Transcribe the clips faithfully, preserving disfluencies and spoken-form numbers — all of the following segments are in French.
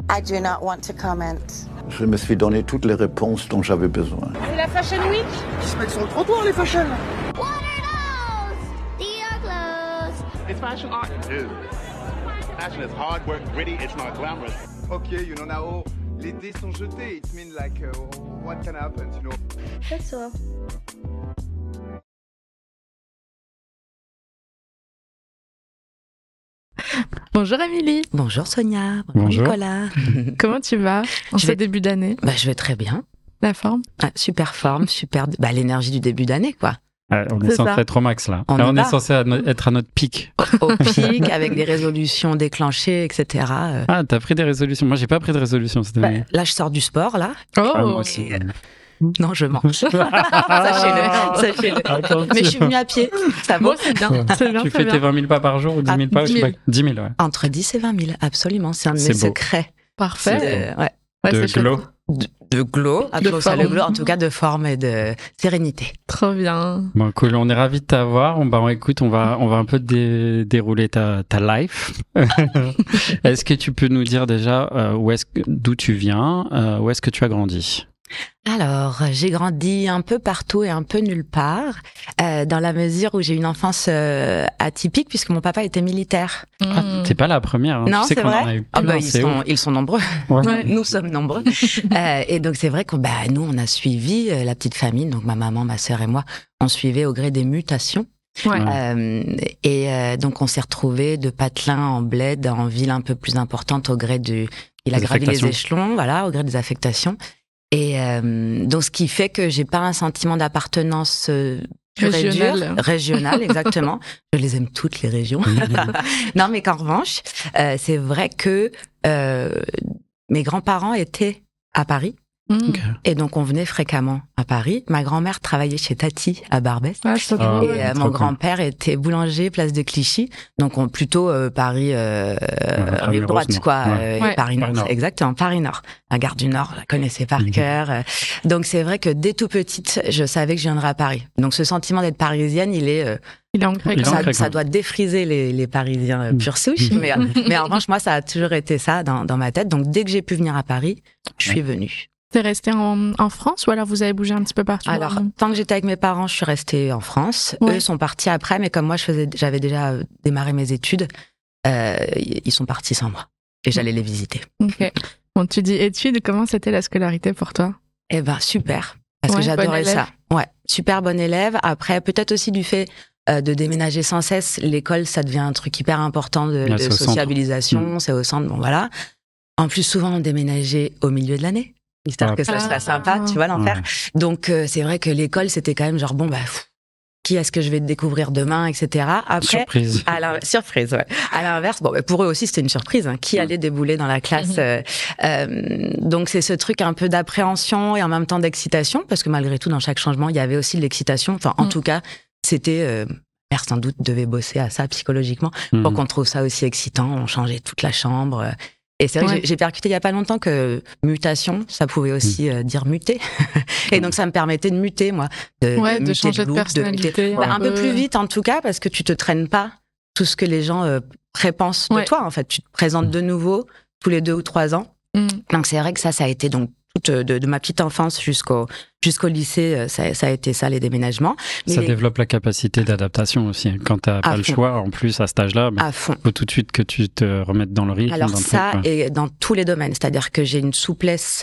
I do not want to comment. Je me suis donné toutes les réponses dont j'avais besoin. C'est la Fashion Week. Ils se mettent sur le trottoir, les fashion. What are those? These are clothes. It's fashion art. Dude, fashion is hard work, gritty, it's not glamorous. Okay, you know now, les dés sont jetés. It means like, uh, what can happen, you know? That's all. Bonjour Émilie. Bonjour Sonia. Bonjour, Bonjour. Nicolas. Comment tu vas en Je ce vais- début d'année? Bah, je vais très bien. La forme? Ah, super forme, super. Bah, l'énergie du début d'année, quoi. Ah, on est, C'est censé ça. être au max là. On Là, y on va. est censé à no- être à notre pic. Au pic, avec des résolutions déclenchées, et cetera. Euh, Ah, t'as pris des résolutions. Moi, j'ai pas pris de résolution cette bah, année. là, je sors du sport, là. Oh, Ah, moi aussi. Et, Non, je mange. Sachez-le. Sachez-le. Attends, Mais je suis venue à pied. Ça bon, va. c'est bien, c'est bien, tu c'est fais tes bien. vingt mille pas par jour ou dix mille Ah, pas? Je sais dix pas. mille. dix mille, ouais. Entre dix et vingt mille, absolument. C'est un de mes C'est beau. secrets. Parfait. De, ouais, Ouais, de c'est chouette. glow. de, de glow. Appelons ça forme. le glow. En tout cas, de forme et de sérénité. Trop bien. Bon, cool. On est ravis de t'avoir. On, bah, on- écoute, on va, on va un peu dé- dérouler ta, ta life. Est-ce que tu peux nous dire déjà euh, où est-ce que, d'où tu viens, euh, où est-ce que tu as grandi? Alors, j'ai grandi un peu partout et un peu nulle part, euh, dans la mesure où j'ai une enfance euh, atypique, puisque mon papa était militaire. Ah, Mm. t'es pas la première. Hein. Non, tu sais c'est qu'on vrai. en a eu Ah plein, bah, ils, c'est sont, ouf. ils sont nombreux. Ouais. Ouais. Nous sommes nombreux. Euh, et donc, c'est vrai que bah, nous, on a suivi euh, la petite famille. Donc, ma maman, ma sœur et moi, on suivait au gré des mutations. Ouais. Euh, et euh, donc, on s'est retrouvés de patelin en bled, en ville un peu plus importante au gré du... Il a Des gravi les affectations. échelons, voilà, au gré des affectations. Et euh, donc, ce qui fait que j'ai pas un sentiment d'appartenance euh, pur et dur, Régional. régional, exactement. Je les aime toutes les régions. Non, mais qu'en revanche, euh, c'est vrai que euh, mes grands-parents étaient à Paris. Mm. Ok. Et donc, on venait fréquemment à Paris. Ma grand-mère travaillait chez Tati à Barbès. Ah, c'est Ah, drôle. Et ouais, euh, trop mon cool. grand-père était boulanger, place de Clichy. Donc, on, plutôt euh, Paris, euh, Intramuros, rive droite, non. quoi. Ouais. euh, et Ouais. Paris Nord. Paris Nord. Exactement, Paris Nord. La gare du Nord, je la connaissais par Mhm. cœur. euh. Donc, c'est vrai que dès tout petite, je savais que je viendrais à Paris. Donc, ce sentiment d'être parisienne, il est... euh, Il est ancré. Il est quand ça, même. ancré, ça quoi. doit défriser les, les Parisiens euh, Mhm. pure souche. mais, euh, mais en revanche, moi, ça a toujours été ça dans, dans ma tête. Donc, dès que j'ai pu venir à Paris, je suis venue. T'es resté en, en France ou alors vous avez bougé un petit peu partout? Alors, tant que j'étais avec mes parents, je suis restée en France. Ouais. Eux sont partis après, mais comme moi, je faisais, j'avais déjà euh, démarré mes études, euh, ils sont partis sans moi. Et j'allais les visiter. Ok. Bon, tu dis études, comment c'était la scolarité pour toi? Eh ben, super. Parce Ouais, que bonne j'adorais élève. ça. Ouais, super bonne élève. Après, peut-être aussi du fait euh, de déménager sans cesse. L'école, ça devient un truc hyper important de, Ouais, de c'est au centre. sociabilisation. C'est au centre, bon voilà. En plus, souvent, on déménageait au milieu de l'année. Histoire Ah, que ça ah. soit sympa, tu vois, l'enfer. Ouais. Donc, euh, c'est vrai que l'école, c'était quand même genre, bon, bah, pff, qui est-ce que je vais découvrir demain, et cetera. Après, Surprise. à l'in- surprise, ouais. À l'inverse, bon, bah, pour eux aussi, c'était une surprise. Hein. Qui allait débouler dans la classe Mhm. euh, euh, Donc, c'est ce truc un peu d'appréhension et en même temps d'excitation, parce que malgré tout, dans chaque changement, il y avait aussi de l'excitation. Enfin, en Mhm. tout cas, c'était... Euh, mère, sans doute, devait bosser à ça psychologiquement pour Mhm. qu'on trouve ça aussi excitant. On changeait toute la chambre. euh, Et c'est vrai Ouais. que j'ai- j'ai percuté il y a pas longtemps que mutation, ça pouvait aussi euh, dire muter. Et donc ça me permettait de muter, moi. De, Ouais, de muter changer de look, personnalité. muter- bah, un peu plus vite en tout cas, parce que tu te traînes pas tout ce que les gens euh, prépensent de Ouais. toi. En fait, tu te présentes de nouveau tous les deux ou trois ans. Mm. Donc c'est vrai que ça, ça a été donc toute euh, de, de ma petite enfance jusqu'au jusqu'au lycée, euh, ça, ça a été ça les déménagements. Mais Ça les- développe la capacité d'adaptation aussi. Quand t'as pas le fond. choix, en plus, à cet âge-là, bah, à fond. faut tout de suite que tu te remettes dans le rythme. Alors dans le ça, truc, quoi. et dans tous les domaines, c'est-à-dire que j'ai une souplesse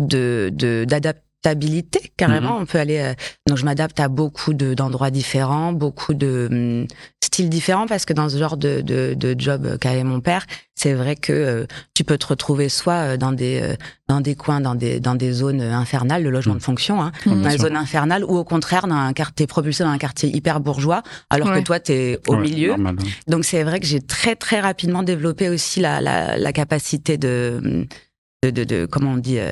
de de d'adaptabilité carrément. Mhm. On peut aller, euh, donc je m'adapte à beaucoup de d'endroits différents, beaucoup de hum, styles différents, parce que dans ce genre de de, de job qu'avait mon père, c'est vrai que euh, tu peux te retrouver soit euh, dans des euh, dans des coins, dans des dans des zones infernales, le logement Mhm. de fonction, hein, Mhm. dans les sûr. zones infernales, ou au contraire dans un quartier propulsé dans un quartier hyper bourgeois, alors Ouais. que toi t'es au Ouais, milieu. normal, ouais. Donc c'est vrai que j'ai très très rapidement développé aussi la la, la capacité de, de de de comment on dit euh,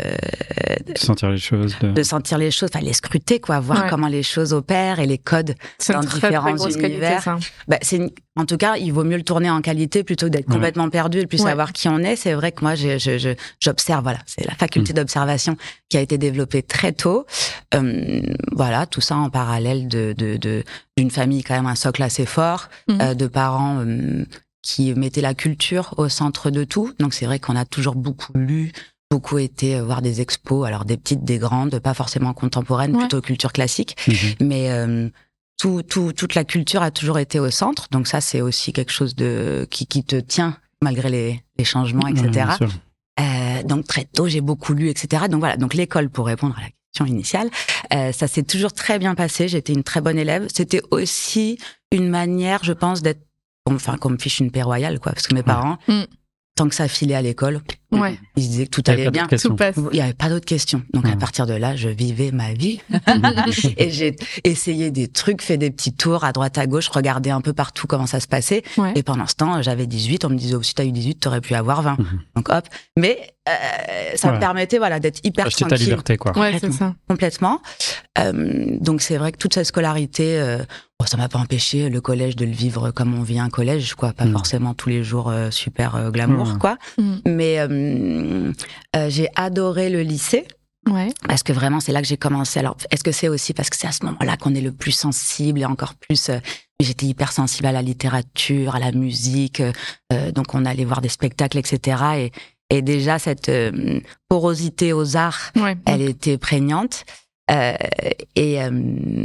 De sentir les choses. De... de sentir les choses, enfin les scruter quoi, voir Ouais. comment les choses opèrent et les codes. C'est une dans très, très différents grosse qualité, univers. ça. Bah, c'est une- en tout cas, il vaut mieux le tourner en qualité plutôt que d'être Ouais. complètement perdu et de plus Ouais. savoir qui on est. C'est vrai que moi, je, je, je- j'observe. Voilà, c'est la faculté Mm. d'observation qui a été développée très tôt. Euh, voilà, tout ça en parallèle de, de, de d'une famille quand même un socle assez fort, Mhm. euh, de parents euh, qui mettait la culture au centre de tout. Donc c'est vrai qu'on a toujours beaucoup lu, beaucoup été voir des expos, alors des petites, des grandes, pas forcément contemporaines, ouais. plutôt culture classique. Mmh. Mais euh, tout, tout, toute la culture a toujours été au centre. Donc ça, c'est aussi quelque chose de qui, qui te tient malgré les, les changements, et cetera. Ouais, euh, donc très tôt, j'ai beaucoup lu, et cetera. Donc voilà, donc l'école, pour répondre à la question initiale, euh, ça s'est toujours très bien passé. J'étais une très bonne élève. C'était aussi une manière, je pense, d'être, enfin, qu'on me fiche une paix royale, quoi, parce que mes parents, mmh. tant que ça filait à l'école, ouais. ils se disaient que tout allait bien. Tout passe. Il n'y avait pas d'autres questions. Donc mmh. à partir de là, je vivais ma vie. Et j'ai essayé des trucs, fait des petits tours à droite à gauche, regardé un peu partout comment ça se passait. Ouais. Et pendant ce temps, j'avais dix-huit. On me disait, oh, si t'as eu dix-huit, t'aurais pu avoir vingt. Mmh. Donc hop. Mais euh, ça ouais. me permettait voilà, d'être hyper Acheter tranquille. ta liberté, quoi. Ouais, c'est ça. Complètement. Euh, donc c'est vrai que toute cette scolarité... Euh, Bon, ça m'a pas empêché le collège de le vivre comme on vit un collège, quoi. Pas mmh. forcément tous les jours euh, super euh, glamour, mmh. quoi. Mmh. Mais euh, euh, j'ai adoré le lycée. Ouais. Parce que vraiment, c'est là que j'ai commencé. Alors, est-ce que c'est aussi parce que c'est à ce moment-là qu'on est le plus sensible et encore plus... Euh, j'étais hyper sensible à la littérature, à la musique. Euh, donc, on allait voir des spectacles, et cetera. Et, et déjà, cette euh, porosité aux arts, ouais. elle était prégnante. Euh, et euh,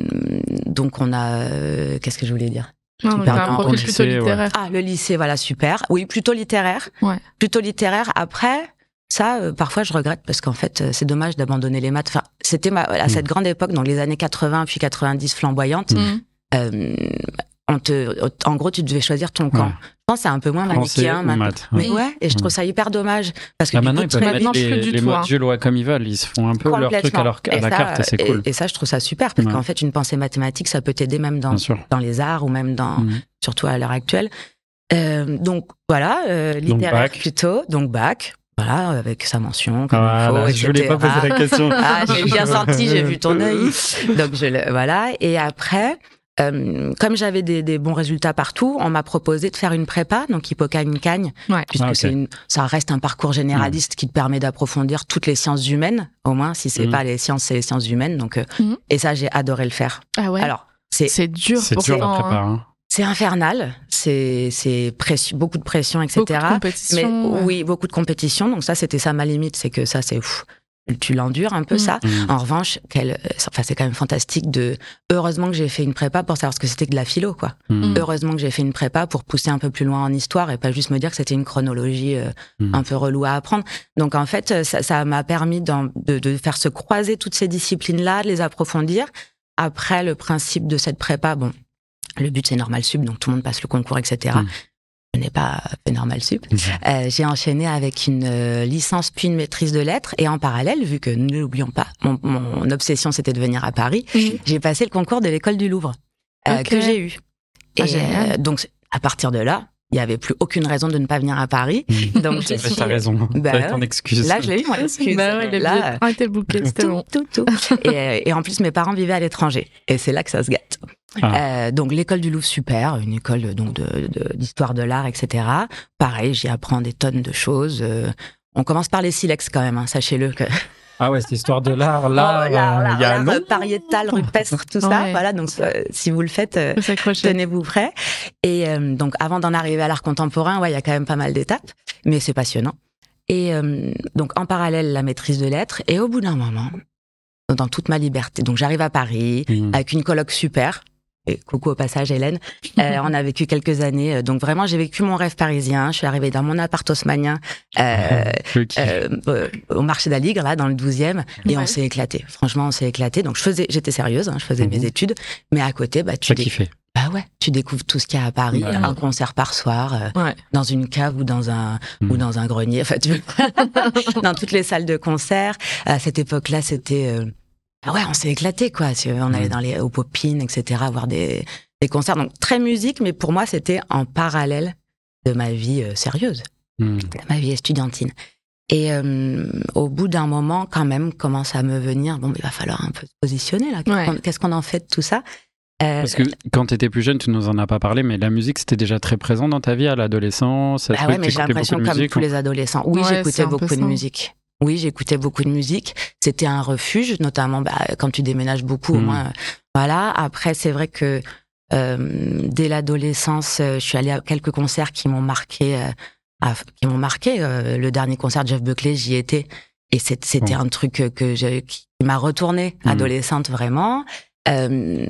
donc on a euh, qu'est-ce que je voulais dire non, donc un profil lycée, plutôt littéraire. Ouais. Ah, le lycée, voilà, super. Oui, plutôt littéraire. Ouais. Plutôt littéraire. Après, ça, euh, parfois, je regrette parce qu'en fait, c'est dommage d'abandonner les maths. Enfin, c'était ma, à mmh. cette grande époque, dans les années quatre-vingts puis quatre-vingt-dix flamboyantes. Mmh. Euh, on te, en gros, tu devais choisir ton camp. Ouais. Je pense que c'est un peu moins manichéen maintenant. Maths, ouais. Mais ouais, et je trouve ça hyper dommage. Parce que ah, du maintenant, coup, ils peuvent très... mettre les, les modules ouais, comme ils veulent. Ils se font un peu leur truc à, leur, à la ça, carte et c'est et, cool. Et ça, je trouve ça super parce ouais. qu'en fait, une pensée mathématique, ça peut t'aider même dans, dans les arts ou même dans, mmh. surtout à l'heure actuelle. Euh, donc, voilà, euh, littéraire donc, plutôt. Donc, bac. Voilà, avec sa mention, comme ah, il faut, là, et cetera. Je voulais pas poser la question. Ah, j'ai bien senti, j'ai vu ton œil. Donc, je le, voilà. Et après, Euh, comme j'avais des, des bons résultats partout, on m'a proposé de faire une prépa, donc Hippocagne-Cagne, ouais. puisque ah, okay. c'est une, ça reste un parcours généraliste mmh. qui te permet d'approfondir toutes les sciences humaines, au moins, si c'est mmh. pas les sciences, c'est les sciences humaines. Donc, euh, mmh. et ça, j'ai adoré le faire. Ah ouais. Alors, c'est, c'est dur. C'est dur la prépa. Hein. C'est infernal, c'est, c'est pression, beaucoup de pression, et cetera. Beaucoup de compétition. Mais ouais. oui, beaucoup de compétition. Donc ça, c'était ça ma limite, c'est que ça, c'est ouf. Tu l'endures un peu, mmh. ça. Mmh. En revanche, quel, enfin, c'est quand même fantastique de, heureusement que j'ai fait une prépa pour savoir ce que c'était que de la philo, quoi. Mmh. Heureusement que j'ai fait une prépa pour pousser un peu plus loin en histoire et pas juste me dire que c'était une chronologie euh, mmh. un peu relou à apprendre. Donc, en fait, ça, ça m'a permis de, de faire se croiser toutes ces disciplines-là, de les approfondir. Après, le principe de cette prépa, bon, le but, c'est normal sup, donc tout le monde passe le concours, et cetera. Mmh. Je n'ai pas fait normal sup. Mmh. Euh, j'ai enchaîné avec une euh, licence puis une maîtrise de lettres. Et en parallèle, vu que, ne l'oublions pas, mon, mon obsession, c'était de venir à Paris, mmh. j'ai passé le concours de l'école du Louvre, euh, okay. que j'ai eu. Et ah, euh, donc, à partir de là, il n'y avait plus aucune raison de ne pas venir à Paris. Mmh. Donc, j'ai suis... T'as raison. Bah, t'as ton excuse. Là, je l'ai eu, mon excuse. Bah ouais, là, là, était bouclé, c'était bon. Tout, tout, tout. et, et en plus, mes parents vivaient à l'étranger. Et c'est là que ça se gâte. Ah. Euh, donc l'école du Louvre, super, une école donc de, de d'histoire de l'art, et cetera. Pareil, j'y apprends des tonnes de choses. Euh, on commence par les silex quand même, hein, sachez-le que. Ah ouais, c'est histoire de l'art, là, il oh, y a l'art, pariétal, rupestre, tout ça. Ouais. Voilà, donc euh, si vous le faites, euh, tenez-vous prêts. Et euh, donc avant d'en arriver à l'art contemporain, ouais, il y a quand même pas mal d'étapes, mais c'est passionnant. Et euh, donc en parallèle, la maîtrise de lettres. Et au bout d'un moment, dans toute ma liberté, donc j'arrive à Paris mmh. avec une coloc super. Et coucou au passage Hélène, euh, on a vécu quelques années, donc vraiment j'ai vécu mon rêve parisien. Je suis arrivée dans mon appart haussmannien euh, euh, euh, au marché d'Aligre là dans le douzième et ouais. on s'est éclaté. Franchement on s'est éclaté. Donc je faisais, j'étais sérieuse, hein, je faisais mmh. mes études, mais à côté bah tu découvres. Bah ouais, tu découvres tout ce qu'il y a à Paris, ouais. un concert par soir, euh, ouais. dans une cave ou dans un mmh. ou dans un grenier, enfin tu dans toutes les salles de concert. À cette époque-là c'était euh, Ah ouais, on s'est éclaté, quoi. On allait dans les, aux Popines, et cetera, voir des, des concerts. Donc, très musique, mais pour moi, c'était en parallèle de ma vie euh, sérieuse, mmh. de ma vie estudiantine. Et euh, au bout d'un moment, quand même, commence à me venir, bon, il va falloir un peu se positionner, là. Qu'est-ce, ouais. qu'on, qu'est-ce qu'on en fait de tout ça? Euh, Parce que quand tu étais plus jeune, tu nous en as pas parlé, mais la musique, c'était déjà très présent dans ta vie à l'adolescence. Bah ouais, mais j'ai l'impression comme musique, tous les adolescents. Oui, ouais, j'écoutais beaucoup de musique. Oui, j'écoutais beaucoup de musique. C'était un refuge, notamment bah, quand tu déménages beaucoup, mmh. au moins. Euh, voilà. Après, c'est vrai que Euh, dès l'adolescence, euh, je suis allée à quelques concerts qui m'ont marqué. Euh, à, qui m'ont marqué. Euh, le dernier concert de Jeff Buckley, j'y étais. Et c'est, c'était bon. un truc que, que je, qui m'a retournée, mmh. adolescente vraiment. Euh,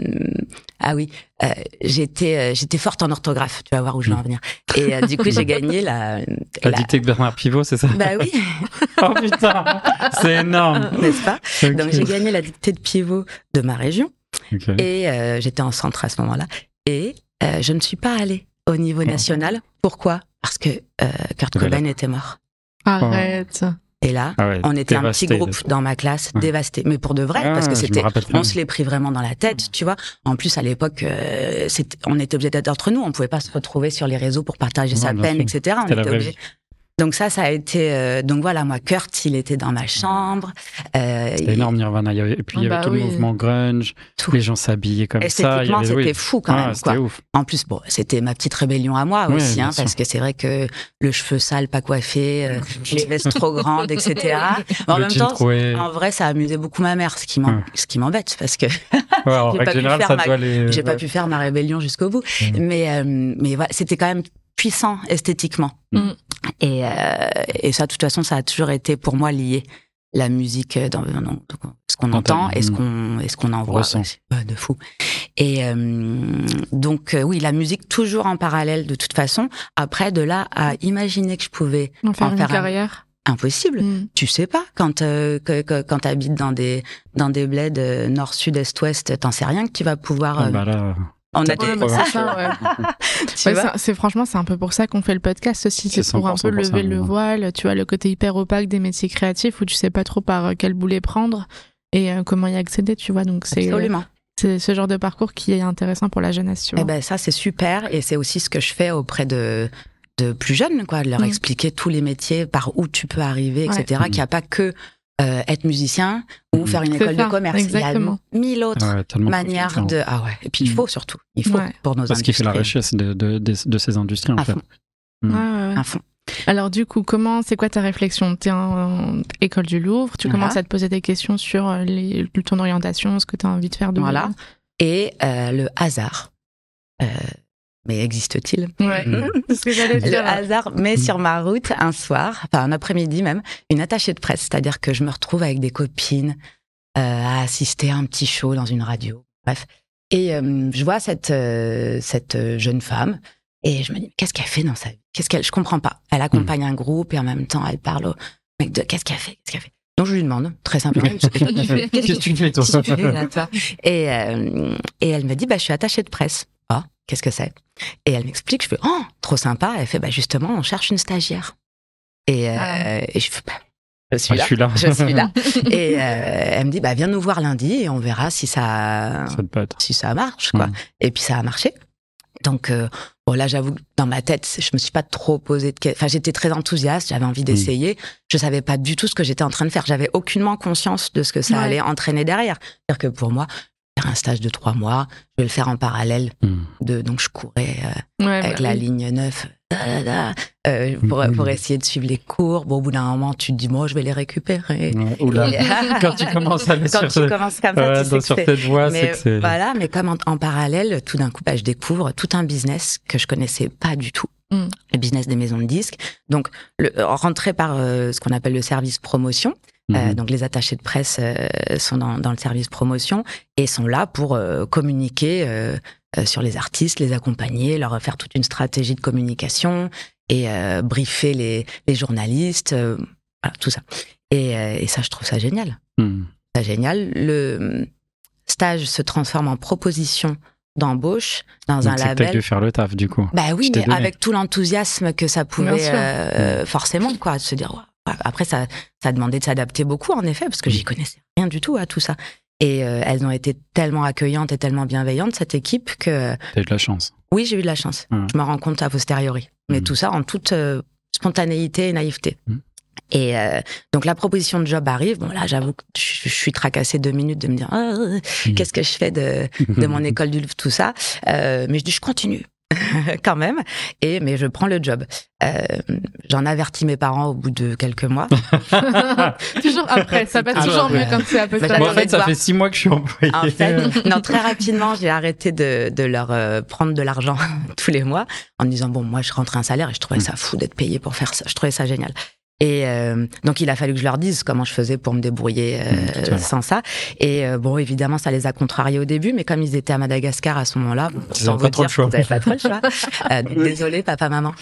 ah oui, euh, j'étais euh, j'étais forte en orthographe, tu vas voir où je vais en venir. Et euh, du coup, j'ai gagné la... La, la... dictée de Bernard Pivot, c'est ça? Bah oui. Oh putain, c'est énorme. N'est-ce pas? Okay. Donc j'ai gagné la dictée de Pivot de ma région. Okay. Et euh, j'étais en centre à ce moment-là. Et euh, je ne suis pas allée au niveau national. Oh. Pourquoi? Parce que euh, Kurt Cobain voilà. était mort. Arrête. Et là, ah ouais, on était un petit groupe dans ma classe, ouais. dévasté. Mais pour de vrai, ah, parce que c'était, on se l'est pris vraiment dans la tête, tu vois. En plus, à l'époque, euh, c'était, on était obligé d'être entre nous. On pouvait pas se retrouver sur les réseaux pour partager non, sa peine, sûr. et cetera. On était obligé. Donc ça, ça a été... Euh, donc voilà, moi, Kurt, il était dans ma chambre. Euh, C'était il... énorme, Nirvana. Il y avait, et puis, il y avait bah tout oui. le mouvement grunge. Tout. Les gens s'habillaient comme ça. Esthétiquement, c'était oui. fou quand ah, même. C'était quoi. ouf. En plus, bon, c'était ma petite rébellion à moi oui, aussi, hein, sûr. parce que c'est vrai que le cheveu sale, pas coiffé, euh, les vestes trop grandes, et cetera. En le même temps, troué. en vrai, ça amusait beaucoup ma mère, ce qui, m'em... ouais. ce qui m'embête, parce que ouais, en règle générale, ça ma... doit les... j'ai pas pu faire ma rébellion jusqu'au bout. Mmh. Mais, euh, mais voilà, c'était quand même puissant esthétiquement. Mmh. Et, euh, et ça, de toute façon, ça a toujours été pour moi lié. La musique, dans, dans, dans ce qu'on entend et ce qu'on, et ce qu'on en voit. Ouais, de fou. Et euh, donc, euh, oui, la musique toujours en parallèle de toute façon. Après, de là à imaginer que je pouvais en faire en une faire carrière. Un... Impossible. Mm. Tu sais pas quand euh, que, que, quand t'habites dans des dans des bleds euh, nord, sud, est, ouest, t'en sais rien que tu vas pouvoir. Euh, ah bah là... On a des... ouais, c'est ça, ouais. tu ouais, vois c'est, c'est franchement, c'est un peu pour ça qu'on fait le podcast aussi. C'est, c'est pour un peu lever ça, le ouais. voile, tu vois, le côté hyper opaque des métiers créatifs où tu sais pas trop par quel boulet prendre et euh, comment y accéder, tu vois. Donc c'est, Absolument. c'est ce genre de parcours qui est intéressant pour la jeunesse, tu vois. Eh ben ça, c'est super et c'est aussi ce que je fais auprès de de plus jeunes, quoi, de leur mmh. expliquer tous les métiers, par où tu peux arriver, et cetera. Ouais. Qu'il n'y a pas que Euh, être musicien ou mmh. faire une c'est école ça, de commerce. exactement. Il y a mille autres ouais, manières de... Ah ouais, et puis mmh. il faut surtout. Il faut ouais. pour nos Parce industries. qu'il fait la richesse de, de, de, de ces industries, en à fait. Fond. Mmh. Ouais, ouais. À fond. Alors du coup, comment, c'est quoi ta réflexion? T'es en école du Louvre, tu voilà. commences à te poser des questions sur les, ton orientation, ce que tu as envie de faire de Voilà. Monde. Et euh, le hasard... Euh, mais existe-t-il? Ouais, mmh. c'est ce que j'allais dire. Le hasard met sur ma route un soir, enfin un après-midi même, une attachée de presse. C'est-à-dire que je me retrouve avec des copines euh, à assister à un petit show dans une radio. Bref. Et euh, je vois cette, euh, cette jeune femme et je me dis, qu'est-ce qu'elle fait dans sa vie? Qu'est-ce qu'elle... Je comprends pas. Elle accompagne mmh. un groupe et en même temps, elle parle au mec de qu'est-ce qu'elle fait? Qu'est-ce qu'elle fait? Donc je lui demande, très simplement, qu'est-ce que tu fais? Qu'est-ce que tu fais, toi? Qu'est-ce que tu fais, là, toi? Et, euh, et elle me dit, bah, je suis attachée de presse. Ah, qu'est-ce que c'est? Et elle m'explique, je fais, oh, trop sympa. Elle fait, bah, justement, on cherche une stagiaire. Et, euh, ah. et je fais, bah, je suis, ah, là, je suis là. Je suis là. Et euh, elle me dit, bah, viens nous voir lundi et on verra si ça, ça si ça marche, quoi. Mmh. Et puis ça a marché. Donc, euh, bon, là, j'avoue, dans ma tête, je me suis pas trop posé de questions. Enfin, j'étais très enthousiaste, j'avais envie d'essayer. Mmh. Je savais pas du tout ce que j'étais en train de faire. J'avais aucunement conscience de ce que ça ouais. allait entraîner derrière. C'est-à-dire que pour moi, faire un stage de trois mois, je vais le faire en parallèle. Mmh. De, donc, je courais euh, ouais, avec bah, la oui. ligne neuf da, da, euh, pour, mmh. pour essayer de suivre les cours. Bon, au bout d'un moment, tu te dis, moi, je vais les récupérer. Ouais, oula. Et, quand tu commences à aller quand sur, tu commences comme ça, ouais, tu sais sur que cette voie, mais, c'est que c'est... Voilà, mais comme en, en parallèle, tout d'un coup, bah, je découvre tout un business que je connaissais pas du tout. Mmh. Le business des maisons de disques. Donc, le, rentrer par euh, ce qu'on appelle le service promotion. Mmh. Euh, donc, les attachés de presse euh, sont dans, dans le service promotion et sont là pour euh, communiquer euh, euh, sur les artistes, les accompagner, leur faire toute une stratégie de communication et euh, briefer les, les journalistes, euh, voilà, tout ça. Et, euh, et ça, je trouve ça génial. Mmh. C'est génial. Le stage se transforme en proposition d'embauche dans donc un c'est label. Peut-être de faire le taf, du coup. Bah oui, mais donné. avec tout l'enthousiasme que ça pouvait euh, forcément, quoi, de se dire. Ouais. Après, ça, ça a demandé de s'adapter beaucoup, en effet, parce que j'y connaissais rien du tout à tout ça. Et euh, elles ont été tellement accueillantes et tellement bienveillantes, cette équipe, que... T'as eu de la chance. Oui, j'ai eu de la chance. Mmh. Je me rends compte a posteriori. Mais mmh. tout ça en toute euh, spontanéité et naïveté. Mmh. Et euh, donc, la proposition de job arrive. Bon, là, j'avoue que je, je suis tracassée deux minutes de me dire oh, mmh. qu'est-ce que je fais de, de mon école du Louvre, tout ça. Euh, mais je dis, je continue. quand même. Et mais je prends le job. Euh, j'en avertis mes parents au bout de quelques mois. Toujours après, ça passe toujours mieux quand c'est à peu près. Bah, en fait, ça fait six mois que je suis employée. En fait, non, très rapidement, j'ai arrêté de, de leur euh, prendre de l'argent tous les mois en me disant bon, moi, je rentrais un salaire et je trouvais ça fou d'être payé pour faire ça. Je trouvais ça génial. Et euh, donc, il a fallu que je leur dise comment je faisais pour me débrouiller euh, mmh, sans ça. Et euh, bon, évidemment, ça les a contrariés au début, mais comme ils étaient à Madagascar à ce moment-là, ils n'avaient pas trop le choix. Vous n'avez pas trop le choix. euh, désolé, papa, maman.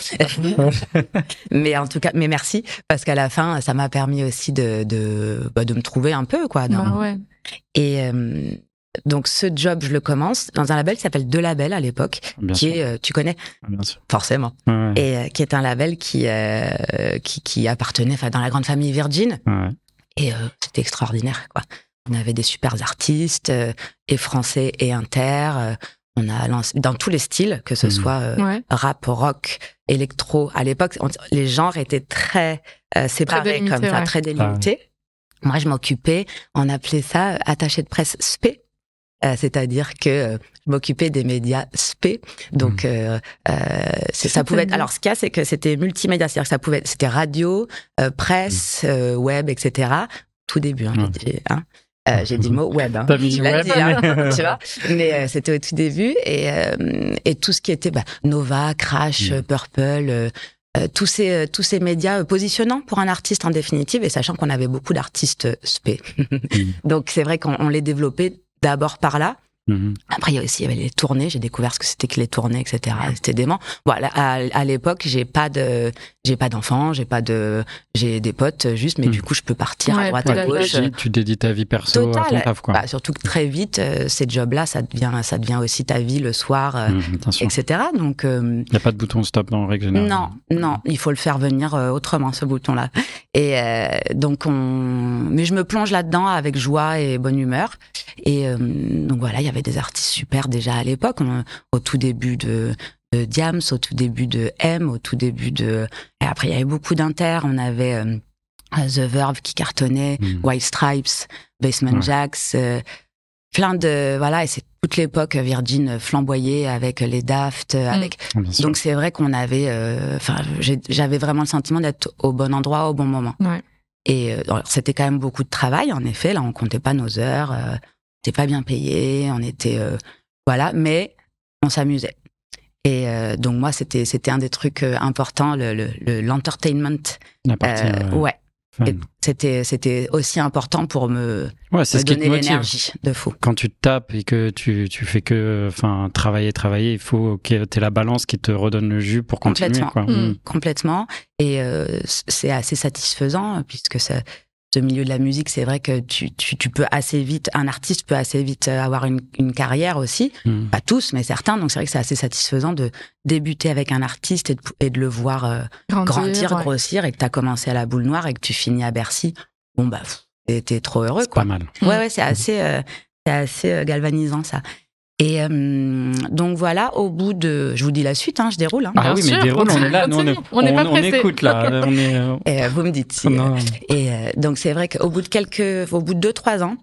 Mais en tout cas, mais merci, parce qu'à la fin, ça m'a permis aussi de de, bah, de me trouver un peu, quoi. Dans... Bah ouais. Et euh, donc, ce job, je le commence dans un label qui s'appelle Deux Labels à l'époque, bien qui sûr. est, euh, tu connais, bien sûr. Forcément, ouais. et euh, qui est un label qui euh, qui, qui appartenait, enfin, dans la grande famille Virgin, ouais. et euh, c'était extraordinaire, quoi. On avait des super artistes, euh, et français et inter. Euh, on a lancé dans tous les styles, que ce mmh. soit euh, ouais. rap, rock, électro. À l'époque, on, les genres étaient très euh, séparés, très délimité, comme ça, ouais. très délimités. Ah, ouais. Moi, je m'occupais, on appelait ça attaché de presse S P. Euh, c'est-à-dire que euh, je m'occupais des médias S P, donc mmh. euh, euh, c'est, ça pouvait être. Alors ce qu'il y a, c'est que c'était multimédia, c'est-à-dire que ça pouvait, être, c'était radio, euh, presse, mmh. euh, web, et cetera. Tout début, hein, mmh. j'ai, hein. Euh, j'ai dit le mot web. Hein. T'as mis web, dit, hein, tu vois. Mais euh, c'était au tout début et euh, et tout ce qui était bah, Nova, Crash, mmh. Purple. Euh, Euh, tous ces euh, tous ces médias euh, positionnants pour un artiste en définitive, et sachant qu'on avait beaucoup d'artistes S P. Donc c'est vrai qu'on on les développait d'abord par là. Mm-hmm. Après il y a aussi il y avait les tournées, j'ai découvert ce que c'était que les tournées, et cetera. C'était dément. Voilà, à, à l'époque j'ai pas de j'ai pas d'enfants, j'ai pas de j'ai des potes juste, mais mm. du coup je peux partir ouais, à droite à gauche. Tu, tu dédies ta vie perso Total. à ton taf, quoi. Bah, surtout que très vite euh, ces jobs-là, ça devient ça devient aussi ta vie le soir, euh, mm, et cetera. Donc il euh, y a pas de bouton stop dans la règle générale. Non, non, il faut le faire venir euh, autrement ce bouton-là. Et euh, donc on, mais je me plonge là-dedans avec joie et bonne humeur. Et euh, donc voilà, il y avait des artistes super déjà à l'époque, on, au tout début de, de Diams, au tout début de M, au tout début de... Et après, il y avait beaucoup d'inter, on avait euh, The Verve qui cartonnait, mmh. White Stripes, Basement ouais. Jaxx, euh, plein de... Voilà, et c'est toute l'époque Virgin flamboyée avec les Daft, mmh. avec... Donc c'est vrai qu'on avait... Enfin, euh, j'avais vraiment le sentiment d'être au bon endroit, au bon moment. Ouais. Et euh, alors, c'était quand même beaucoup de travail, en effet, là on comptait pas nos heures... Euh, C'était pas bien payé, on était euh, voilà, mais on s'amusait. Et euh, donc moi c'était c'était un des trucs euh, importants, le, le, le l'entertainment. La partie, euh, ouais. Et c'était c'était aussi important pour me, ouais, c'est me ce donner qui te l'énergie de fou. Quand tu tapes et que tu tu fais que enfin travailler travailler, il faut que t'aies la balance qui te redonne le jus pour continuer. Complètement, quoi. Mmh. Complètement. Et euh, c'est assez satisfaisant puisque ça. Ce milieu de la musique, c'est vrai que tu, tu, tu peux assez vite, un artiste peut assez vite avoir une, une carrière aussi. Mmh. Pas tous, mais certains. Donc c'est vrai que c'est assez satisfaisant de débuter avec un artiste et de, et de le voir euh, grandir, grandir ouais. grossir, et que tu as commencé à la Boule Noire et que tu finis à Bercy. Bon, bah, t'es, t'es trop heureux, c'est quoi. Pas mal. Ouais, ouais, c'est assez, euh, c'est assez euh, galvanisant, ça. Et euh, donc voilà, au bout de... Je vous dis la suite, hein, je déroule. Hein. Ah Bien oui, sûr, mais déroule, on est là, nous, on, est, on, est pas on, on écoute là. On est, euh... Et vous me dites si... Non. Et euh, donc c'est vrai qu'au bout de quelques... Au bout de deux, trois ans,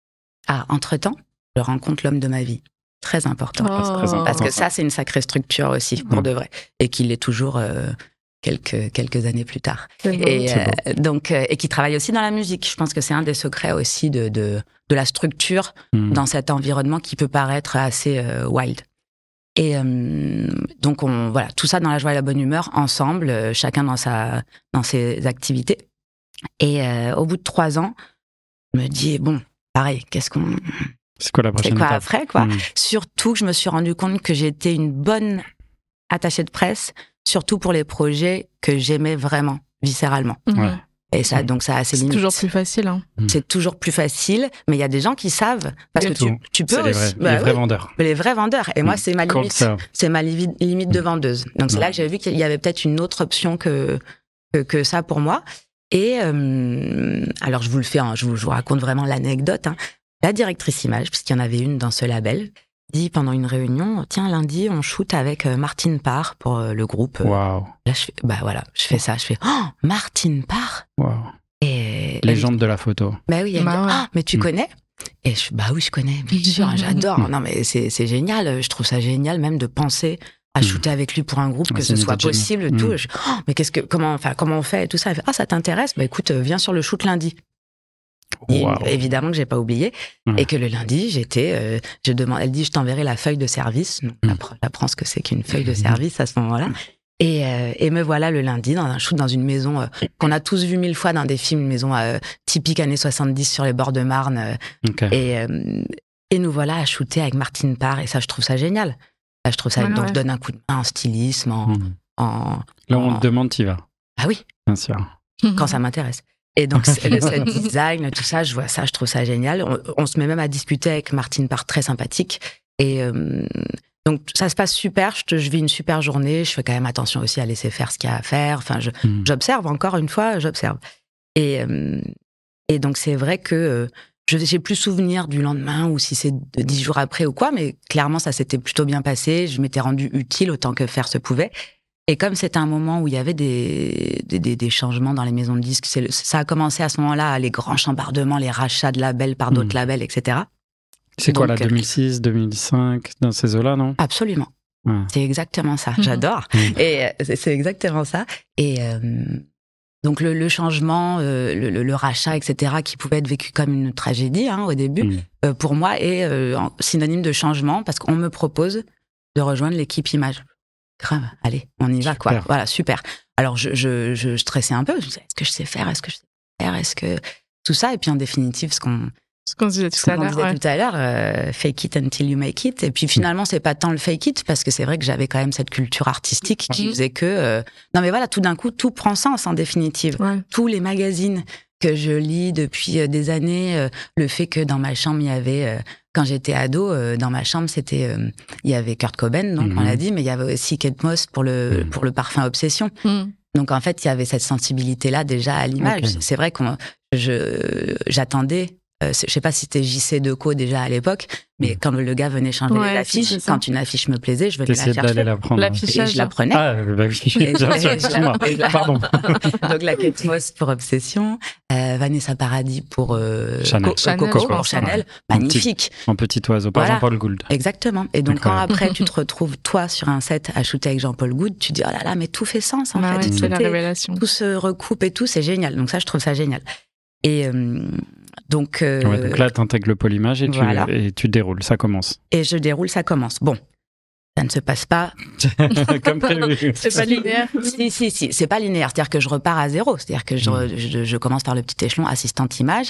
ah, entre-temps, je rencontre l'homme de ma vie. Très important. Oh. C'est très important. Parce que ça, c'est une sacrée structure aussi, pour mmh. de vrai. Et qu'il l'est toujours... Euh, quelques quelques années plus tard. C'est beau, et c'est euh, donc euh, et qui travaille aussi dans la musique. Je pense que c'est un des secrets aussi de de de la structure mmh. dans cet environnement qui peut paraître assez euh, wild. Et euh, donc on voilà, tout ça dans la joie et la bonne humeur ensemble, euh, chacun dans sa dans ses activités. Et euh, au bout de trois ans, je me dis bon, pareil, qu'est-ce qu'on c'est quoi la prochaine c'est quoi étape après quoi. mmh. Surtout que je me suis rendu compte que j'étais une bonne attachée de presse, surtout pour les projets que j'aimais vraiment, viscéralement. Ouais. Et ça, donc ça a ses c'est limites. C'est toujours plus facile. Hein. C'est toujours plus facile, mais il y a des gens qui savent, parce Et que tu, tu peux c'est les aussi... vrais, bah, les vrais oui, vendeurs. Les vrais vendeurs. Et mmh. moi, c'est ma limite, ça. c'est ma li- limite de vendeuse. Donc c'est ouais. là que j'ai vu qu'il y avait peut-être une autre option que, que, que ça pour moi. Et euh, alors je vous le fais, hein, je, vous, je vous raconte vraiment l'anecdote. Hein. La directrice image, puisqu'il y en avait une dans ce label, dit pendant une réunion, tiens, lundi, on shoot avec euh, Martine Parr pour euh, le groupe. Waouh. Là, je fais, bah voilà, je fais ça, je fais, oh, Martine Parr. Waouh. Et légende de la photo. Bah oui, elle bah me dit, ouais. ah, mais tu mmh. connais? Et je bah oui, je connais, bien sûr, j'adore. Non, mais c'est, c'est génial, je trouve ça génial même de penser à mmh. shooter avec lui pour un groupe, ouais, que ce soit possible, mmh. tout. Je, oh, mais qu'est-ce que, comment, enfin, comment on fait et tout ça. Elle fait, ah, ça t'intéresse? Bah écoute, viens sur le shoot lundi. Wow. Et, évidemment que j'ai pas oublié ouais. et que le lundi j'étais euh, je demande elle dit je t'enverrai la feuille de service donc mmh. j'apprends ce que c'est qu'une feuille de service à ce moment-là et, euh, et me voilà le lundi dans un shoot dans une maison euh, qu'on a tous vu mille fois dans des films, une maison euh, typique années soixante-dix sur les bords de Marne euh, okay. et, euh, et nous voilà à shooter avec Martine Parr et ça je trouve ça génial là, je trouve ça ouais, donc ouais. je donne un coup de main en stylisme en, mmh. en là on en... te demande t'y vas ah oui bien sûr quand ça m'intéresse. Et donc, le set design, tout ça, je vois ça, je trouve ça génial. On, on se met même à discuter avec Martine Parr, très sympathique. Et euh, donc, ça se passe super. Je, te, je vis une super journée. Je fais quand même attention aussi à laisser faire ce qu'il y a à faire. Enfin, je, mmh. j'observe encore une fois, j'observe. Et, euh, et donc, c'est vrai que euh, je j'ai plus souvenir du lendemain ou si c'est de dix jours après ou quoi, mais clairement, ça s'était plutôt bien passé. Je m'étais rendue utile autant que faire se pouvait. Et comme c'était un moment où il y avait des, des, des, des changements dans les maisons de disques, c'est le, ça a commencé à ce moment-là, les grands chambardements, les rachats de labels par d'autres mmh. labels, et cetera. C'est donc, quoi, là, deux mille six, deux mille cinq, dans ces eaux-là, non? Absolument. Ouais. C'est exactement ça. Mmh. J'adore. Mmh. Et c'est, c'est exactement ça. Et euh, donc, le, le changement, euh, le, le, le rachat, et cetera, qui pouvait être vécu comme une tragédie hein, au début, mmh. euh, pour moi, est euh, synonyme de changement parce qu'on me propose de rejoindre l'équipe Image. Grave, allez, on y va, super. Quoi. Voilà, super. Alors, je, je, je stressais un peu. Je me disais, est-ce que je sais faire? Est-ce que je sais faire? Est-ce que tout ça? Et puis, en définitive, ce qu'on, ce qu'on disait tout ce à qu'on l'heure, disait ouais. tout à l'heure, euh, fake it until you make it. Et puis, finalement, c'est pas tant le fake it parce que c'est vrai que j'avais quand même cette culture artistique qui mmh. faisait que, euh... non, mais voilà, tout d'un coup, tout prend sens en définitive. Ouais. Tous les magazines que je lis depuis des années, euh, le fait que dans ma chambre il y avait euh, quand j'étais ado, euh, dans ma chambre c'était euh, il y avait Kurt Cobain, donc mm-hmm. on l'a dit, mais il y avait aussi Kate Moss pour le mm. pour le parfum Obsession. Mm. Donc en fait il y avait cette sensibilité là déjà à l'image. Okay. C'est vrai qu'on je j'attendais. Euh, je sais pas si c'était J C Deco déjà à l'époque, mais quand le gars venait changer ouais, les affiches, quand une affiche me plaisait, je venais la chercher. D'aller la prendre. Et je la prenais. Ah, bah oui, bien sûr, excuse-moi. Pardon. Donc la Kate Moss pour Obsession, euh, Vanessa Paradis pour euh, Chanel. Co- Chanel, Coco pour Chanel, ouais. Magnifique. En petit, en petit oiseau, par voilà. Jean-Paul Gould. Exactement. Et donc quand après tu te retrouves toi sur un set à shooter avec Jean-Paul Gould, tu dis oh là là, mais tout fait sens en bah fait. Oui, c'est la révélation. Tout se recoupe et tout, c'est génial. Donc ça, je trouve ça génial. Et euh, donc, euh, ouais, donc là, tu intègres le pôle image et, voilà. tu, et tu déroules, ça commence. Et je déroule, ça commence. Bon, ça ne se passe pas comme prévu. C'est pas linéaire. Si, si, si, c'est pas linéaire. C'est-à-dire que je repars à zéro. C'est-à-dire que je, mmh. je, je commence par le petit échelon, assistante image.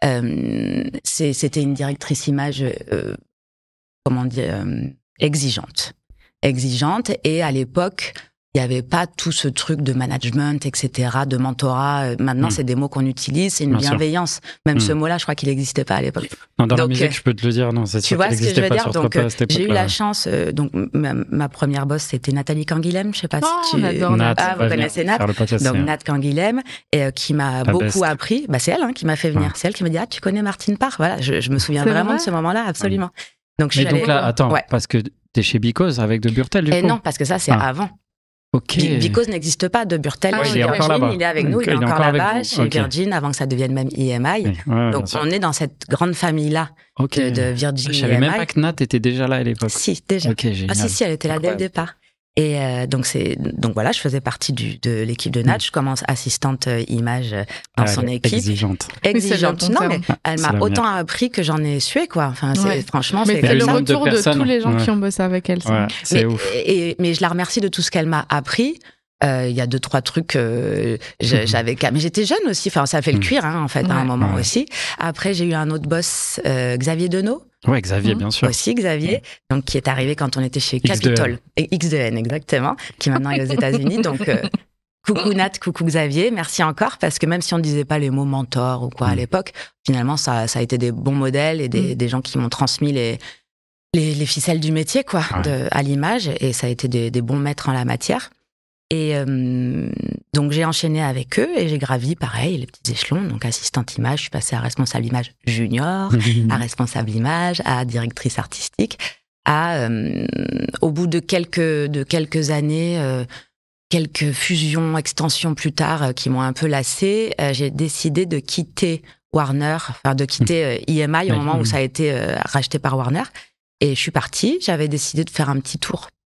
Euh, c'est, c'était une directrice image, euh, comment dire, euh, exigeante. Exigeante. Et à l'époque, il n'y avait pas tout ce truc de management, et cetera, de mentorat. Maintenant, mmh. c'est des mots qu'on utilise, c'est une Bien bienveillance. Sûr. Même mmh. ce mot-là, je crois qu'il n'existait pas à l'époque. Non, dans donc, la musique, je peux te le dire, non, c'est tu sûr vois qu'il ce que je veux pas dire. Donc, euh, j'ai eu la ouais. chance. Euh, donc, ma, ma première boss, c'était Nathalie Canguilhem. Je sais pas oh, si tu. Nat, Nat, ah, vous connaissez Nat. Podcast, donc, Nat Canguilhem, et euh, qui m'a la beaucoup best. appris. Bah, c'est elle hein, qui m'a fait venir. Ouais. C'est elle qui m'a dit ah, tu connais Martine Parr. Voilà, je, je me souviens c'est vraiment vrai de ce moment-là, absolument. Ouais. Donc, je Mais suis donc allée... là, attends, ouais. parce que t'es chez Because avec De Burtel, du et coup. non, parce que ça, c'est ah. avant. Ok. Because n'existe pas, De Burtel, ah, ouais, il est encore là-bas. Il est avec nous, il, il est encore, encore là-bas, chez okay. Virgin, avant que ça devienne même I M I. Oui, ouais, donc, on est dans cette grande famille-là okay. de, de Virgin Je I M I. Je savais même pas que Nat était déjà là à l'époque. Si, déjà. Okay, génial. Ah si, si, elle était là dès le départ. Et euh, donc c'est donc voilà, je faisais partie du de l'équipe de Nat. Mmh. Je commence assistante euh, image dans ah, son équipe. Exigeante. Exigeante. Oui, non mais elle m'a autant mienne. appris que j'en ai sué quoi. Enfin c'est ouais. franchement mais c'est le ça. retour de, de tous les gens ouais. qui ont bossé avec elle. Ouais, c'est mais, ouf. Et, et mais je la remercie de tout ce qu'elle m'a appris. Il euh, y a deux trois trucs euh, j'avais mais j'étais jeune aussi enfin ça fait le cuir hein, en fait ouais. à un moment ouais. aussi. Après j'ai eu un autre boss euh, Xavier Denot. Ouais, Xavier, mmh. bien sûr. Aussi Xavier, donc qui est arrivé quand on était chez Capitol et X deux N exactement, qui maintenant est aux États-Unis. Donc euh, coucou Nat, coucou Xavier, merci encore parce que même si on ne disait pas les mots mentor ou quoi mmh. à l'époque, finalement ça ça a été des bons modèles et des mmh. des gens qui m'ont transmis les les, les ficelles du métier quoi, ouais. de, à l'image et ça a été des, des bons maîtres en la matière. Et euh, donc j'ai enchaîné avec eux et j'ai gravi pareil les petits échelons, donc assistante image, je suis passée à responsable image junior, à responsable image, à directrice artistique, à euh, au bout de quelques de quelques années, euh, quelques fusions, extensions plus tard euh, qui m'ont un peu lassée, euh, j'ai décidé de quitter Warner, enfin de quitter euh, I M I au moment où ça a été euh, racheté par Warner et je suis partie. J'avais décidé de faire un petit tour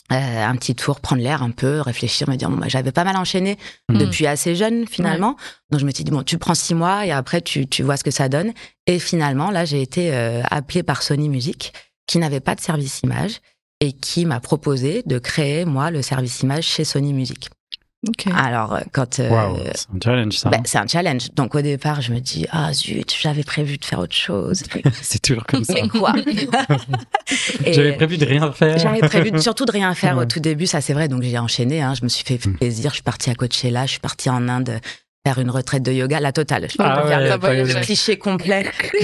Euh, un petit tour, prendre l'air un peu, réfléchir, me dire bon bah j'avais pas mal enchaîné mmh. depuis assez jeune finalement, ouais. donc je me suis dit bon tu prends six mois et après tu tu vois ce que ça donne. Et finalement là j'ai été euh, appelée par Sony Music qui n'avait pas de service image et qui m'a proposé de créer moi le service image chez Sony Music. Okay. Alors quand euh, wow, c'est un challenge ça. Bah, c'est un challenge. Donc au départ je me dis ah zut j'avais prévu de faire autre chose. C'est toujours comme ça. Mais quoi? J'avais prévu de rien faire. J'avais prévu de, surtout de rien faire ouais. au tout début, ça c'est vrai. Donc j'ai enchaîné. Hein, je me suis fait plaisir. Je suis partie à Coachella, je suis partie en Inde faire une retraite de yoga, la totale. Je peux ah ouais, faire le, le cliché complet.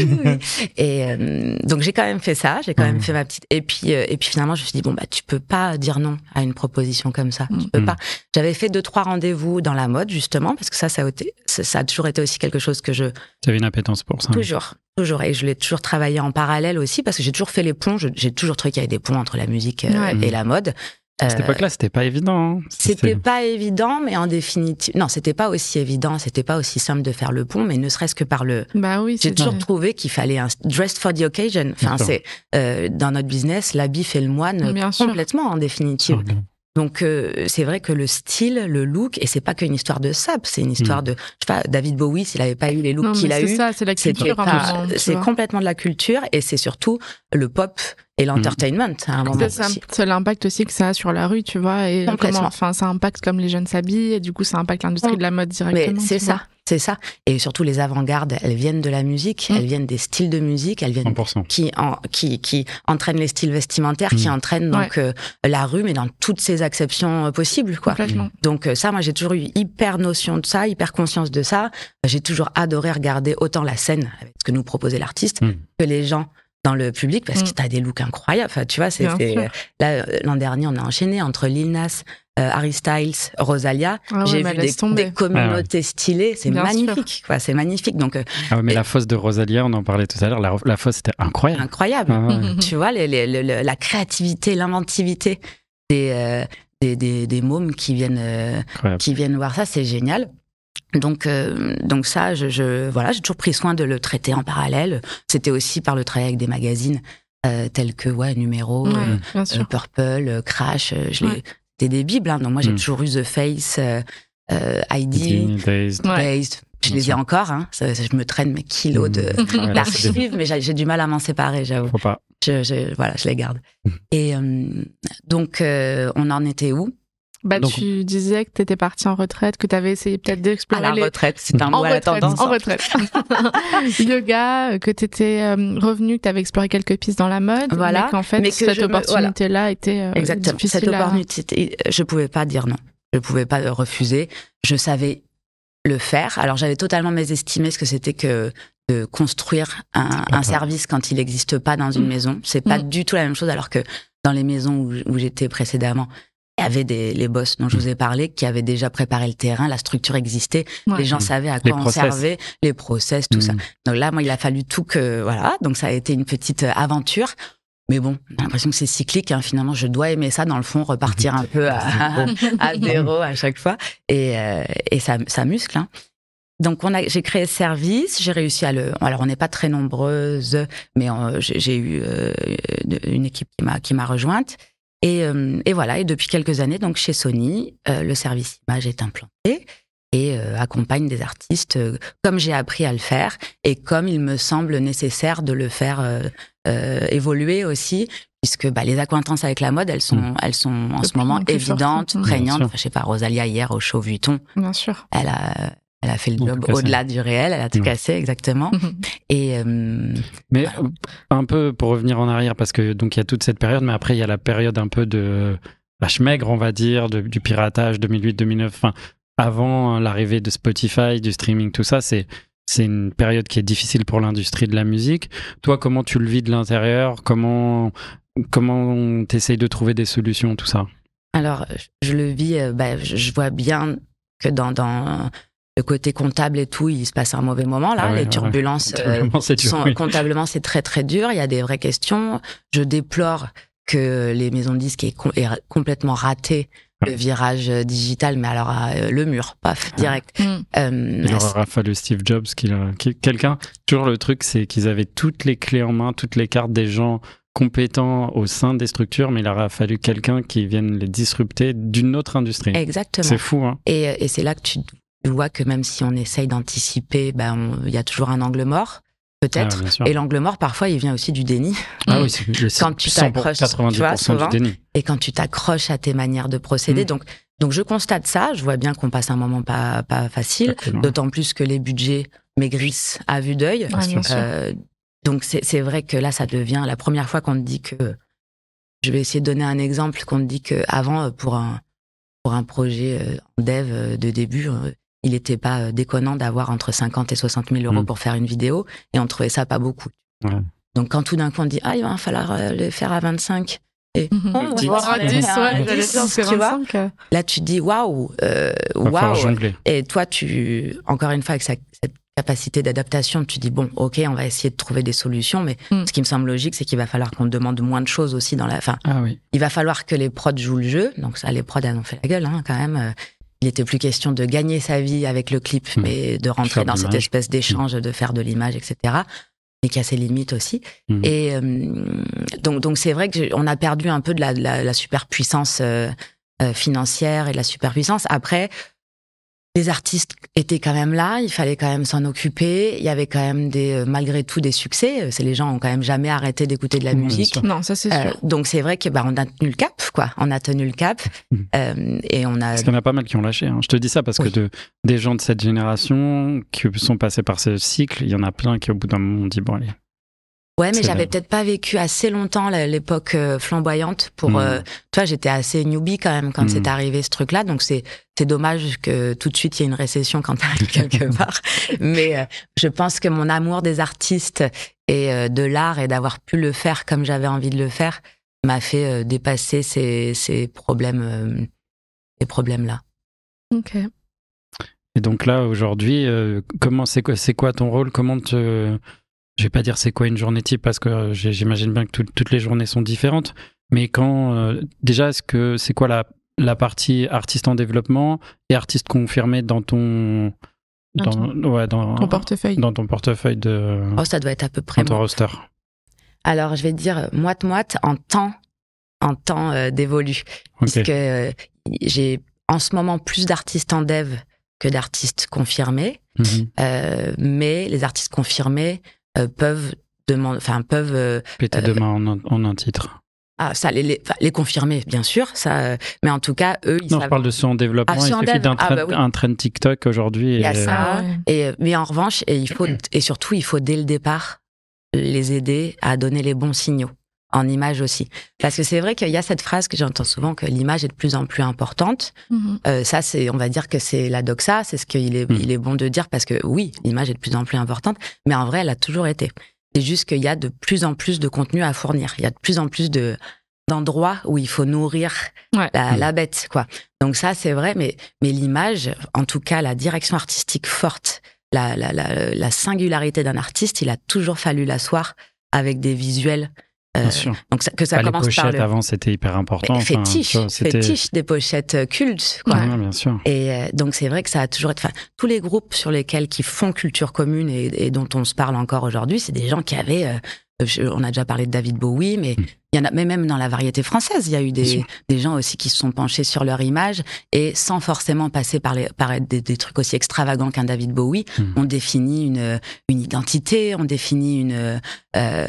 Et euh, donc j'ai quand même fait ça, j'ai quand mmh. même fait ma petite. Et puis euh, et puis finalement je me suis dit bon bah tu peux pas dire non à une proposition comme ça. Mmh. Tu peux pas. J'avais fait deux trois rendez-vous dans la mode justement parce que ça ça a été, ça, ça a toujours été aussi quelque chose que je. Tu avais une appétence pour ça. Toujours. Toujours, et je l'ai toujours travaillé en parallèle aussi parce que j'ai toujours fait les ponts. Je, j'ai toujours trouvé qu'il y avait des ponts entre la musique euh, ouais. et la mode. À cette euh, époque-là, c'était pas évident. Hein. C'était, c'était pas évident, mais en définitive, non, c'était pas aussi évident, c'était pas aussi simple de faire le pont, mais ne serait-ce que par le. Bah oui. J'ai toujours vrai. trouvé qu'il fallait un dressed for the occasion. Enfin, c'est euh, dans notre business, l'habit fait le moine Bien complètement sûr. En définitive. Okay. Donc euh, c'est vrai que le style, le look, et c'est pas qu'une histoire de sap, c'est une histoire mmh. de, je sais pas, David Bowie, s'il avait pas eu les looks non, qu'il a eu, c'est ça, c'est la culture. Pas, moment, c'est vois. Complètement de la culture, et c'est surtout le pop et l'entertainment mmh. à un moment c'est ça, aussi. C'est l'impact aussi que ça a sur la rue, tu vois, et comment, enfin, ça impacte comme les jeunes s'habillent, et du coup, ça impacte l'industrie mmh. de la mode directement. Mais c'est ça. Vois. C'est ça. Et surtout, les avant-gardes, elles viennent de la musique, mmh. elles viennent des styles de musique, elles viennent cent pour cent. qui en, qui qui entraînent les styles vestimentaires, mmh. qui entraînent donc ouais. euh, la rue, mais dans toutes ses acceptions possibles, quoi. Complètement. Donc ça, moi, j'ai toujours eu hyper notion de ça, hyper conscience de ça. J'ai toujours adoré regarder autant la scène avec ce que nous proposait l'artiste mmh. que les gens dans le public, parce mmh. que t'as des looks incroyables. Enfin, tu vois, c'est, c'est là l'an dernier, on a enchaîné entre Lil Nas, Euh, Harry Styles, Rosalia, ah ouais, j'ai vu des, des communautés ah ouais. stylées, c'est Bien magnifique, sûr. Quoi, c'est magnifique. Donc, euh, ah ouais, mais et... la fosse de Rosalia, on en parlait tout à l'heure, la, la fosse c'était incroyable. Incroyable. Ah ouais. Tu vois, les, les, les, la créativité, l'inventivité des, euh, des, des, des mômes qui viennent, euh, qui viennent voir ça, c'est génial. Donc, euh, donc ça, je, je, voilà, j'ai toujours pris soin de le traiter en parallèle. C'était aussi par le travail avec des magazines euh, tels que ouais, Numéro, ouais, euh, euh, Purple, euh, Crash. Euh, je ouais. l'ai C'était des bibles, hein. Donc moi j'ai mmh. toujours eu The Face, euh, euh, I D, Dazed. Dazed. Je les ai encore, hein. Ça, ça, je me traîne mes kilos de mmh. d'archives, mais j'ai, j'ai du mal à m'en séparer, j'avoue. Faut pas. Je, je, voilà, je les garde. Mmh. Et euh, donc euh, on en était où? Bah, donc, tu disais que t'étais partie en retraite, que t'avais essayé peut-être d'explorer à la les... retraite, c'est un mot à la tendance. En retraite. Yoga, que t'étais euh, revenue, que t'avais exploré quelques pistes dans la mode, voilà. Mais qu'en fait, mais que cette opportunité-là voilà. était euh, Exactement. difficile Cette à... opportunité, je pouvais pas dire non. Je pouvais pas refuser. Je savais le faire. Alors, j'avais totalement mésestimé ce que c'était que de construire un, un service quand il n'existe pas dans une mmh. maison. C'est pas mmh. du tout la même chose, alors que dans les maisons où, où j'étais précédemment, il y avait des, les boss dont je vous ai parlé qui avaient déjà préparé le terrain, la structure existait, ouais. les gens savaient à quoi on servait, les process, tout mmh. ça. Donc là, moi, il a fallu tout que, voilà. Donc ça a été une petite aventure. Mais bon, j'ai l'impression que c'est cyclique, hein. Finalement, je dois aimer ça, dans le fond, repartir un peu à, à, à zéro à chaque fois. Et, euh, et ça, ça muscle, hein. Donc on a, j'ai créé ce service, j'ai réussi à le. Alors on n'est pas très nombreuses, mais euh, j'ai, j'ai eu euh, une équipe qui m'a qui m'a rejointe. Et, euh, et voilà. Et depuis quelques années, donc chez Sony, euh, le service image est implanté et euh, accompagne des artistes euh, comme j'ai appris à le faire et comme il me semble nécessaire de le faire euh, euh, évoluer aussi, puisque bah, les accointances avec la mode, elles sont, mmh. elles sont en ce moment évidentes, fortes. Prégnantes. Enfin, je sais pas, Rosalia hier au show Vuitton, bien sûr, elle a. Elle a fait le job au-delà du réel, elle a tout ouais. cassé, exactement. Et euh, mais voilà. Un peu pour revenir en arrière, parce que donc il y a toute cette période, mais après il y a la période un peu de vache maigre, on va dire, de, du piratage deux mille huit deux mille neuf. Enfin, avant l'arrivée de Spotify, du streaming, tout ça, c'est c'est une période qui est difficile pour l'industrie de la musique. Toi, comment tu le vis de l'intérieur? Comment comment t'essayes de trouver des solutions, tout ça? Alors, je le vis. Euh, bah, je vois bien que dans dans le côté comptable et tout, il se passe un mauvais moment là. Ah ouais, les turbulences, ouais. Comptablement, c'est dur, sont, oui. comptablement, c'est très très dur. Il y a des vraies questions. Je déplore que les maisons de disques aient, com- aient complètement raté ouais. le virage digital, mais alors euh, le mur, paf, direct. Mm. Euh, il aura fallu Steve Jobs, qu'il a, qu'il, quelqu'un. Toujours le truc, c'est qu'ils avaient toutes les clés en main, toutes les cartes des gens compétents au sein des structures, mais il aura fallu quelqu'un qui vienne les disrupter d'une autre industrie. Exactement. C'est fou, hein. Et, et c'est là que tu vois que même si on essaye d'anticiper, ben, il y a toujours un angle mort. Peut-être. Ah, et l'angle mort, parfois, il vient aussi du déni. Ah oui, c'est, c'est quand tu t'accroches, quatre-vingt-dix pour cent tu vois, du déni. Et quand tu t'accroches à tes manières de procéder. Mmh. Donc, donc, je constate ça. Je vois bien qu'on passe un moment pas, pas facile. D'accord. D'autant plus que les budgets maigrissent à vue d'œil. Ah, euh, donc, c'est, c'est vrai que là, ça devient la première fois qu'on te dit que. Je vais essayer de donner un exemple qu'on te dit qu'avant, pour un, pour un projet en dev de début, il n'était pas déconnant d'avoir entre cinquante et soixante mille euros mmh. pour faire une vidéo, et on trouvait ça pas beaucoup. Ouais. Donc quand tout d'un coup on dit ah il va falloir le faire à vingt-cinq et mmh. oh, dix, ouais, dix, ouais, dix, tu vois, là tu te dis waouh euh, waouh et toi tu encore une fois avec sa, cette capacité d'adaptation tu dis bon ok on va essayer de trouver des solutions, mais mmh. ce qui me semble logique c'est qu'il va falloir qu'on demande moins de choses aussi dans la fin. Ah, oui. Il va falloir que les prods jouent le jeu, donc ça les prods elles ont fait la gueule hein, quand même. Il n'était plus question de gagner sa vie avec le clip, mmh. mais de rentrer dans cette espèce d'échange, mmh. de faire de l'image, et cetera. Mais qui a ses limites aussi. Mmh. Et euh, donc, donc c'est vrai qu'on a perdu un peu de la, de la, la superpuissance euh, euh, financière et de la superpuissance. Après, les artistes étaient quand même là, il fallait quand même s'en occuper. Il y avait quand même des, malgré tout des succès. C'est les gens ont quand même jamais arrêté d'écouter de la mmh, musique. Non, ça c'est sûr. Euh, donc c'est vrai que bah on a tenu le cap, quoi. On a tenu le cap mmh. euh, et on a. Parce qu'il y en a pas mal qui ont lâché. Hein. Je te dis ça parce oui. que de des gens de cette génération qui sont passés par ce cycle, il y en a plein qui au bout d'un moment ont dit bon allez. Ouais, mais c'est j'avais vrai. peut-être pas vécu assez longtemps l'époque flamboyante pour. Mmh. Euh, toi, j'étais assez newbie quand même quand mmh. c'est arrivé ce truc-là, donc c'est c'est dommage que tout de suite il y ait une récession quand t'arrives quelque part. Mais euh, je pense que mon amour des artistes et euh, de l'art et d'avoir pu le faire comme j'avais envie de le faire m'a fait euh, dépasser ces ces problèmes euh, ces problèmes-là. Ok. Et donc là aujourd'hui, euh, comment c'est quoi c'est quoi ton rôle? Comment te Je vais pas dire c'est quoi une journée type parce que j'imagine bien que tout, toutes les journées sont différentes. Mais quand euh, déjà, est-ce que c'est quoi la la partie artiste en développement et artiste confirmé dans ton dans, dans ouais dans ton portefeuille dans ton portefeuille de oh ça doit être à peu près dans ton roster. Alors je vais te dire moite moite en temps en temps euh, dévolu okay. puisque euh, j'ai en ce moment plus d'artistes en dev que d'artistes confirmés. Mm-hmm. Euh, mais les artistes confirmés Euh, peuvent demander, enfin peuvent euh, péter euh, demain en un, en un titre. Ah, ça les les, les confirmer bien sûr, ça. Euh, mais en tout cas, eux, ils non, savent... je parle de ceux en développement. Ah, il suffit dev. d'un trend, ah, bah oui. un trend TikTok aujourd'hui. Il y a et... ça. Et mais en revanche, et il faut et surtout, il faut dès le départ les aider à donner les bons signaux en image aussi, parce que c'est vrai qu'il y a cette phrase que j'entends souvent que l'image est de plus en plus importante. Mm-hmm. Euh, ça, c'est, on va dire que c'est la doxa, c'est ce qu'il est, mm. il est bon de dire parce que oui, l'image est de plus en plus importante, mais en vrai, elle a toujours été. C'est juste qu'il y a de plus en plus de contenu à fournir. Il y a de plus en plus de d'endroits où il faut nourrir ouais. la, mm. la bête, quoi. Donc ça, c'est vrai, mais mais l'image, en tout cas, la direction artistique forte, la la la, la singularité d'un artiste, il a toujours fallu l'asseoir avec des visuels. Bien sûr. Donc ça, que ça bah, commence les pochettes par le... avant c'était hyper important. Mais fétiche, enfin, c'était... fétiche des pochettes cultes, quoi. Ouais, bien sûr. Et euh, donc c'est vrai que ça a toujours été. Enfin, tous les groupes sur lesquels qui font culture commune et, et dont on se parle encore aujourd'hui, c'est des gens qui avaient. Euh, on a déjà parlé de David Bowie, mais il y en a. Mais même dans la variété française, il y a eu des des gens aussi qui se sont penchés sur leur image et sans forcément passer par les par des, des trucs aussi extravagants qu'un David Bowie, mm. on définit une une identité, on définit une. Euh,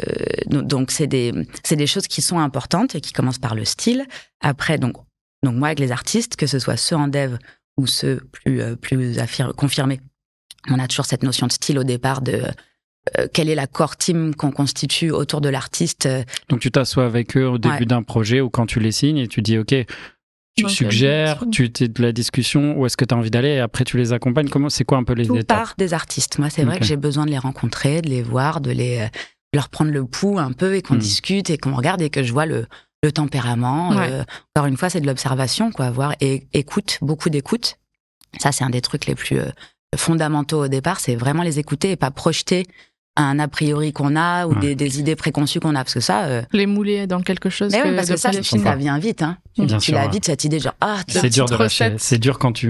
donc c'est des c'est des choses qui sont importantes et qui commencent par le style. Après donc donc moi avec les artistes, que ce soit ceux en dev ou ceux plus euh, plus affirmés, confirmés, on a toujours cette notion de style au départ de Euh, quelle est la core team qu'on constitue autour de l'artiste. Donc tu t'assois avec eux au début ouais. d'un projet ou quand tu les signes et tu dis ok, tu donc, suggères, euh, tu t'es de la discussion, où est-ce que tu as envie d'aller et après tu les accompagnes. Comment, c'est quoi un peu les Tout étapes? Part des artistes. Moi c'est okay. vrai que j'ai besoin de les rencontrer, de les voir, de les euh, leur prendre le pouls un peu et qu'on mmh. discute et qu'on regarde et que je vois le le tempérament. Ouais. Euh, encore une fois c'est de l'observation quoi, voir et écoute, beaucoup d'écoute. Ça c'est un des trucs les plus euh, fondamentaux au départ, c'est vraiment les écouter et pas projeter un a priori qu'on a ou ouais. des, des idées préconçues qu'on a, parce que ça euh... les mouler dans quelque chose mais que oui, parce que ça ça vient vite hein. tu, tu l'as vite cette idée genre ah c'est dur de lâcher, c'est dur quand tu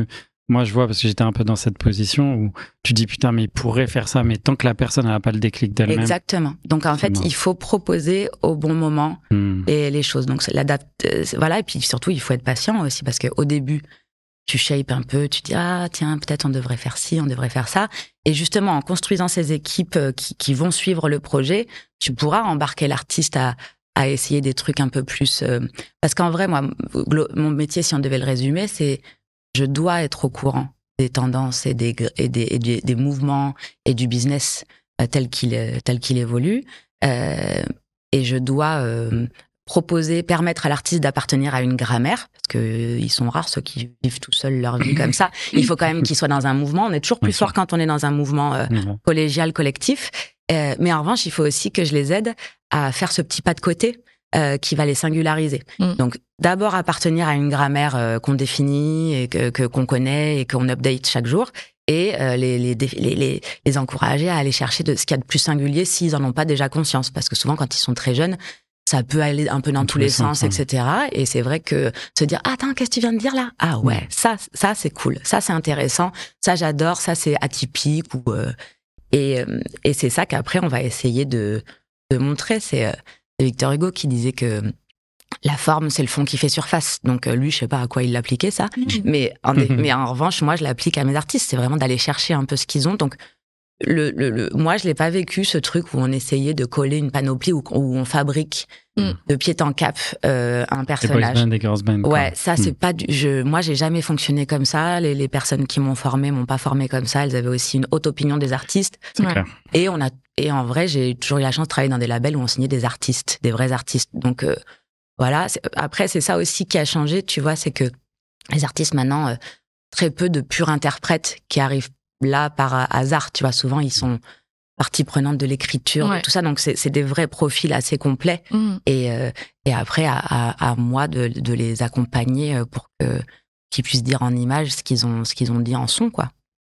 moi, je vois, parce que j'étais un peu dans cette position où tu dis, putain, mais il pourrait faire ça, mais tant que la personne n'a pas le déclic d'elle-même. Exactement. Donc, en fait, non. il faut proposer au bon moment hmm. les, les choses. Donc, la date, euh, voilà. Et puis, surtout, il faut être patient aussi, parce qu'au début, tu shapes un peu, tu dis, ah, tiens, peut-être on devrait faire ci, on devrait faire ça. Et justement, en construisant ces équipes qui, qui vont suivre le projet, tu pourras embarquer l'artiste à, à essayer des trucs un peu plus... Euh, parce qu'en vrai, moi, mon métier, si on devait le résumer, c'est je dois être au courant des tendances et des, et des, et des, des mouvements et du business euh, tel qu'il, tel qu'il évolue. Euh, et je dois euh, proposer, permettre à l'artiste d'appartenir à une grammaire, parce que euh, ils sont rares ceux qui vivent tout seuls leur vie comme ça. Il faut quand même qu'ils soient dans un mouvement. On est toujours plus fort quand on est dans un mouvement euh, mmh. collégial, collectif. Euh, mais en revanche, il faut aussi que je les aide à faire ce petit pas de côté euh, qui va les singulariser. Mmh. Donc, d'abord appartenir à une grammaire euh, qu'on définit et que, que qu'on connaît et qu'on update chaque jour, et euh, les, les, les, les, les encourager à aller chercher de, ce qu'il y a de plus singulier s'ils en ont pas déjà conscience. Parce que souvent, quand ils sont très jeunes, ça peut aller un peu dans, dans tous les sens, sens et cetera. Et c'est vrai que se dire, ah, attends, qu'est-ce que tu viens de dire là? Ah ouais, mmh. ça, ça c'est cool, ça c'est intéressant, ça j'adore, ça c'est atypique ou euh, et et c'est ça qu'après on va essayer de de montrer. C'est euh, Victor Hugo qui disait que la forme, c'est le fond qui fait surface. Donc lui, je sais pas à quoi il l'appliquait ça, mmh. mais en mais en revanche, moi, je l'applique à mes artistes. C'est vraiment d'aller chercher un peu ce qu'ils ont. Donc le le, le moi, je l'ai pas vécu ce truc où on essayait de coller une panoplie où, où on fabrique mmh. de pied en cap euh, un personnage. Des boys band, des girls band. Ouais, ça mmh. c'est pas du. Je moi, j'ai jamais fonctionné comme ça. Les les personnes qui m'ont formé m'ont pas formé comme ça. Elles avaient aussi une haute opinion des artistes. C'est ouais. clair. Et on a et en vrai, j'ai toujours eu la chance de travailler dans des labels où on signait des artistes, des vrais artistes. Donc euh, voilà. C'est, après, c'est ça aussi qui a changé. Tu vois, c'est que les artistes maintenant, euh, très peu de purs interprètes qui arrivent là par hasard. Tu vois, souvent ils sont partie prenante de l'écriture, ouais. tout ça. Donc c'est, c'est des vrais profils assez complets. Mmh. Et euh, et après à, à, à moi de, de les accompagner pour que qu'ils puissent dire en images ce qu'ils ont ce qu'ils ont dit en son, quoi.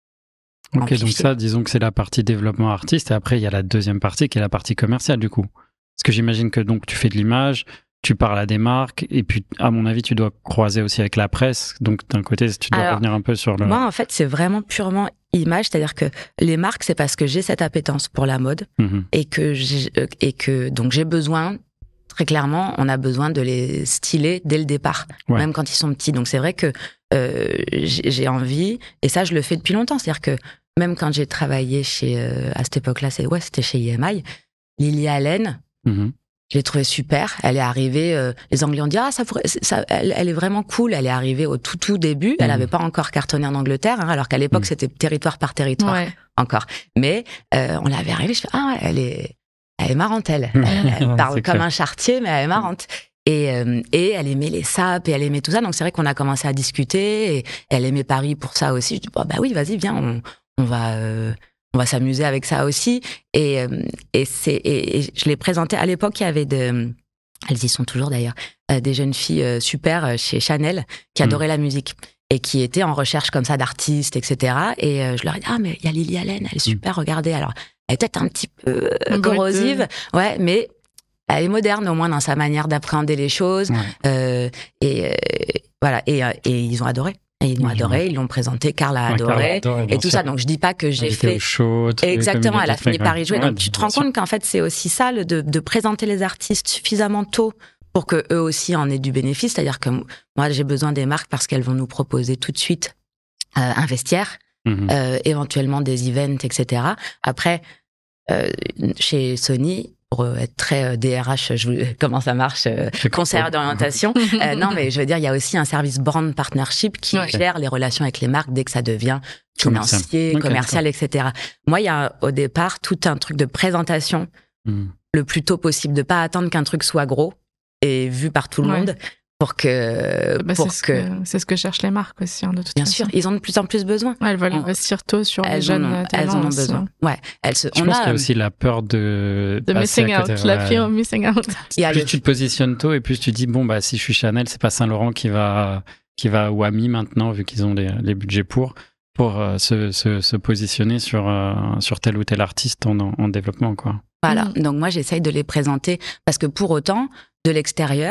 Ok, amplifié. Donc ça, disons que c'est la partie développement artiste, et après il y a la deuxième partie qui est la partie commerciale du coup. Parce que j'imagine que donc tu fais de l'image, tu parles à des marques, et puis à mon avis tu dois croiser aussi avec la presse. Donc d'un côté tu dois Alors, revenir un peu sur le. Moi en fait c'est vraiment purement image, c'est-à-dire que les marques c'est parce que j'ai cette appétence pour la mode mmh. et que j'ai, et que donc j'ai besoin. Très clairement, on a besoin de les styler dès le départ, ouais. même quand ils sont petits. Donc c'est vrai que euh, j'ai, j'ai envie, et ça je le fais depuis longtemps. C'est-à-dire que même quand j'ai travaillé chez, euh, à cette époque-là, c'est ouais, c'était chez I M I, Lily Allen, mm-hmm. je l'ai trouvée super. Elle est arrivée, euh, les Anglais ont dit ah ça, pourrait, ça elle, elle est vraiment cool. Elle est arrivée au tout tout début. Mm-hmm. Elle avait pas encore cartonné en Angleterre, hein, alors qu'à l'époque mm-hmm. c'était territoire par territoire ouais. encore. Mais euh, on l'avait arrivée. Je fais ah ouais, elle est Elle est marrante, elle. Elle, elle parle comme clair. Un charretier, mais elle est marrante. Et, euh, et elle aimait les sapes et elle aimait tout ça. Donc c'est vrai qu'on a commencé à discuter. Et elle aimait Paris pour ça aussi. Je dis bah, bah oui, vas-y, viens, on, on va, euh, on va s'amuser avec ça aussi. Et, euh, et c'est, et, et je l'ai présenté à l'époque. Il y avait de, elles y sont toujours d'ailleurs, euh, des jeunes filles euh, super chez Chanel qui adoraient mmh. la musique et qui étaient en recherche comme ça d'artistes, et cetera. Et euh, je leur ai dit ah mais il y a Lily Allen, elle est super, mmh. regardez. Alors elle est peut-être un petit peu euh, corrosive, ouais, mais elle est moderne au moins dans sa manière d'appréhender les choses. Ouais. Euh, et euh, voilà, et, et ils ont adoré. Et ils l'ont adoré, ils l'ont présenté, Carl a ouais, adoré, Carl adoré et tout sûr. Ça. Donc je dis pas que j'ai fait. Show, exactement, elle a fini par y jouer. Ouais, donc tu te rends sûr. Compte qu'en fait c'est aussi ça, le, de, de présenter les artistes suffisamment tôt pour que eux aussi en aient du bénéfice. C'est-à-dire que moi j'ai besoin des marques parce qu'elles vont nous proposer tout de suite euh, un vestiaire. Mmh. Euh, éventuellement des events, et cetera. Après, euh, chez Sony, pour être très D R H, je vous, comment ça marche, euh, conseillère d'orientation. euh, non, mais je veux dire, il y a aussi un service brand partnership qui ouais. gère les relations avec les marques dès que ça devient financier, okay, commercial, d'accord. et cetera. Moi, il y a au départ tout un truc de présentation mmh. le plus tôt possible, de pas attendre qu'un truc soit gros et vu par tout le ouais. monde. Pour que, bah, pour c'est que... Ce que, c'est ce que cherchent les marques aussi, hein, de toute Bien façon. sûr, ils ont de plus en plus besoin. Ouais, elles veulent on... investir tôt sur elles les jeunes ont, talents. Elles en ont aussi. besoin. Ouais, elles se. Je on pense a, qu'il y a aussi la peur de. De missing out, côté, la fear of missing out. Plus le... tu te positionnes tôt et plus tu dis bon bah si je suis Chanel, c'est pas Saint Laurent qui va qui va ou Ami maintenant vu qu'ils ont les, les budgets pour pour euh, se, se se positionner sur euh, sur tel ou tel artiste en en développement quoi. Voilà. Mmh. Donc moi j'essaye de les présenter parce que pour autant de l'extérieur.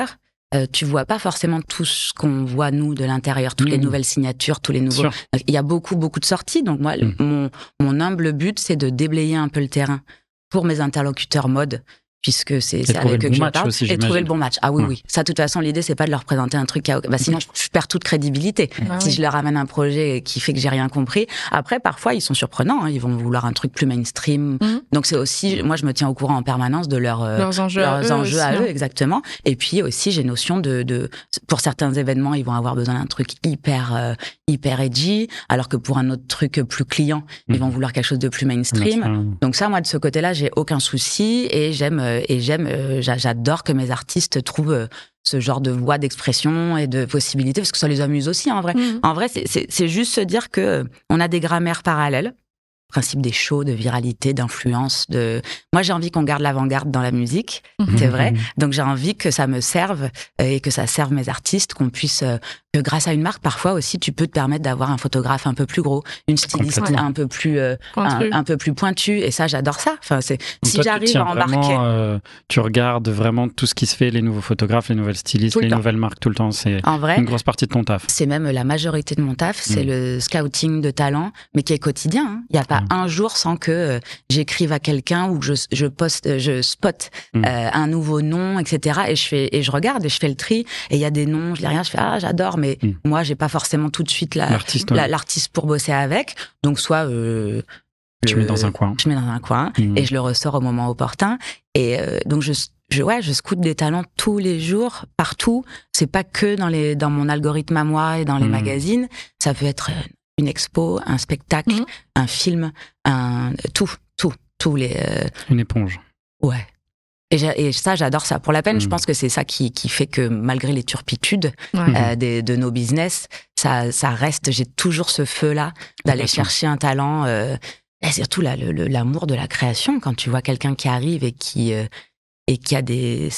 euh, tu vois pas forcément tout ce qu'on voit nous de l'intérieur, toutes mmh. les nouvelles signatures, tous les nouveaux. Il y a beaucoup beaucoup de sorties. Donc moi, mmh. mon mon humble but, c'est de déblayer un peu le terrain pour mes interlocuteurs mode. Puisque c'est, c'est avec eux que je parle, aussi, et trouver le bon match. Ah oui, ouais. oui. Ça, de toute façon, l'idée, c'est pas de leur présenter un truc qui a... Bah, sinon, je, je perds toute crédibilité. Ah, si oui. je leur amène un projet qui fait que j'ai rien compris. Après, parfois, ils sont surprenants. Hein. Ils vont vouloir un truc plus mainstream. Mm-hmm. Donc, c'est aussi... Moi, je me tiens au courant en permanence de leur, euh, leurs enjeux, leurs à, eux enjeux à eux, exactement. Et puis, aussi, j'ai notion de, de... Pour certains événements, ils vont avoir besoin d'un truc hyper, euh, hyper edgy, alors que pour un autre truc plus client, mm-hmm. ils vont vouloir quelque chose de plus mainstream. Mm-hmm. Donc ça, moi, de ce côté-là, j'ai aucun souci et j'aime... Et j'aime... Euh, J'adore que mes artistes trouvent ce genre de voie d'expression et de possibilités, parce que ça les amuse aussi, en vrai. Mmh. En vrai, c'est, c'est, c'est juste se dire que on a des grammaires parallèles. Principe des shows, de viralité, d'influence. De... Moi, j'ai envie qu'on garde l'avant-garde dans la musique, mmh. c'est vrai. Donc, j'ai envie que ça me serve et que ça serve mes artistes, qu'on puisse... que grâce à une marque, parfois aussi, tu peux te permettre d'avoir un photographe un peu plus gros, une styliste un peu plus euh, un, un peu plus pointue. Et ça, j'adore ça. Enfin, c'est si toi, j'arrive à embarquer. Vraiment, euh, tu regardes vraiment tout ce qui se fait, les nouveaux photographes, les nouvelles stylistes, les temps. nouvelles marques tout le temps. C'est en vrai, une grosse partie de ton taf. C'est même la majorité de mon taf. C'est mmh. le scouting de talent, mais qui est quotidien. Il hein. y a pas mmh. un jour sans que euh, j'écrive à quelqu'un ou que je, je poste, je spot mmh. euh, un nouveau nom, et cetera. Et je fais et je regarde et je fais le tri. Et il y a des noms, je lis rien, je fais ah j'adore, mais Mais mmh. moi, j'ai pas forcément tout de suite la, l'artiste, la, ouais. l'artiste pour bosser avec. Donc, soit euh, tu je, mets dans un coin, je mets dans un coin mmh. et je le ressors au moment opportun. Et euh, donc, je, je, ouais, je scoute des talents tous les jours, partout. C'est pas que dans les, dans mon algorithme à moi et dans les mmh. magazines. Ça peut être une expo, un spectacle, mmh. un film, un tout, tout, tous les. Euh... Une éponge. Ouais. Et, et ça, j'adore ça. Pour la peine, mmh. je pense que c'est ça qui, qui fait que malgré les turpitudes ouais. euh, des, de nos business, ça, ça reste. J'ai toujours ce feu-là d'aller chercher un talent. Euh, et surtout là, le, le, l'amour de la création. Quand tu vois quelqu'un qui arrive et qui euh, et qui a des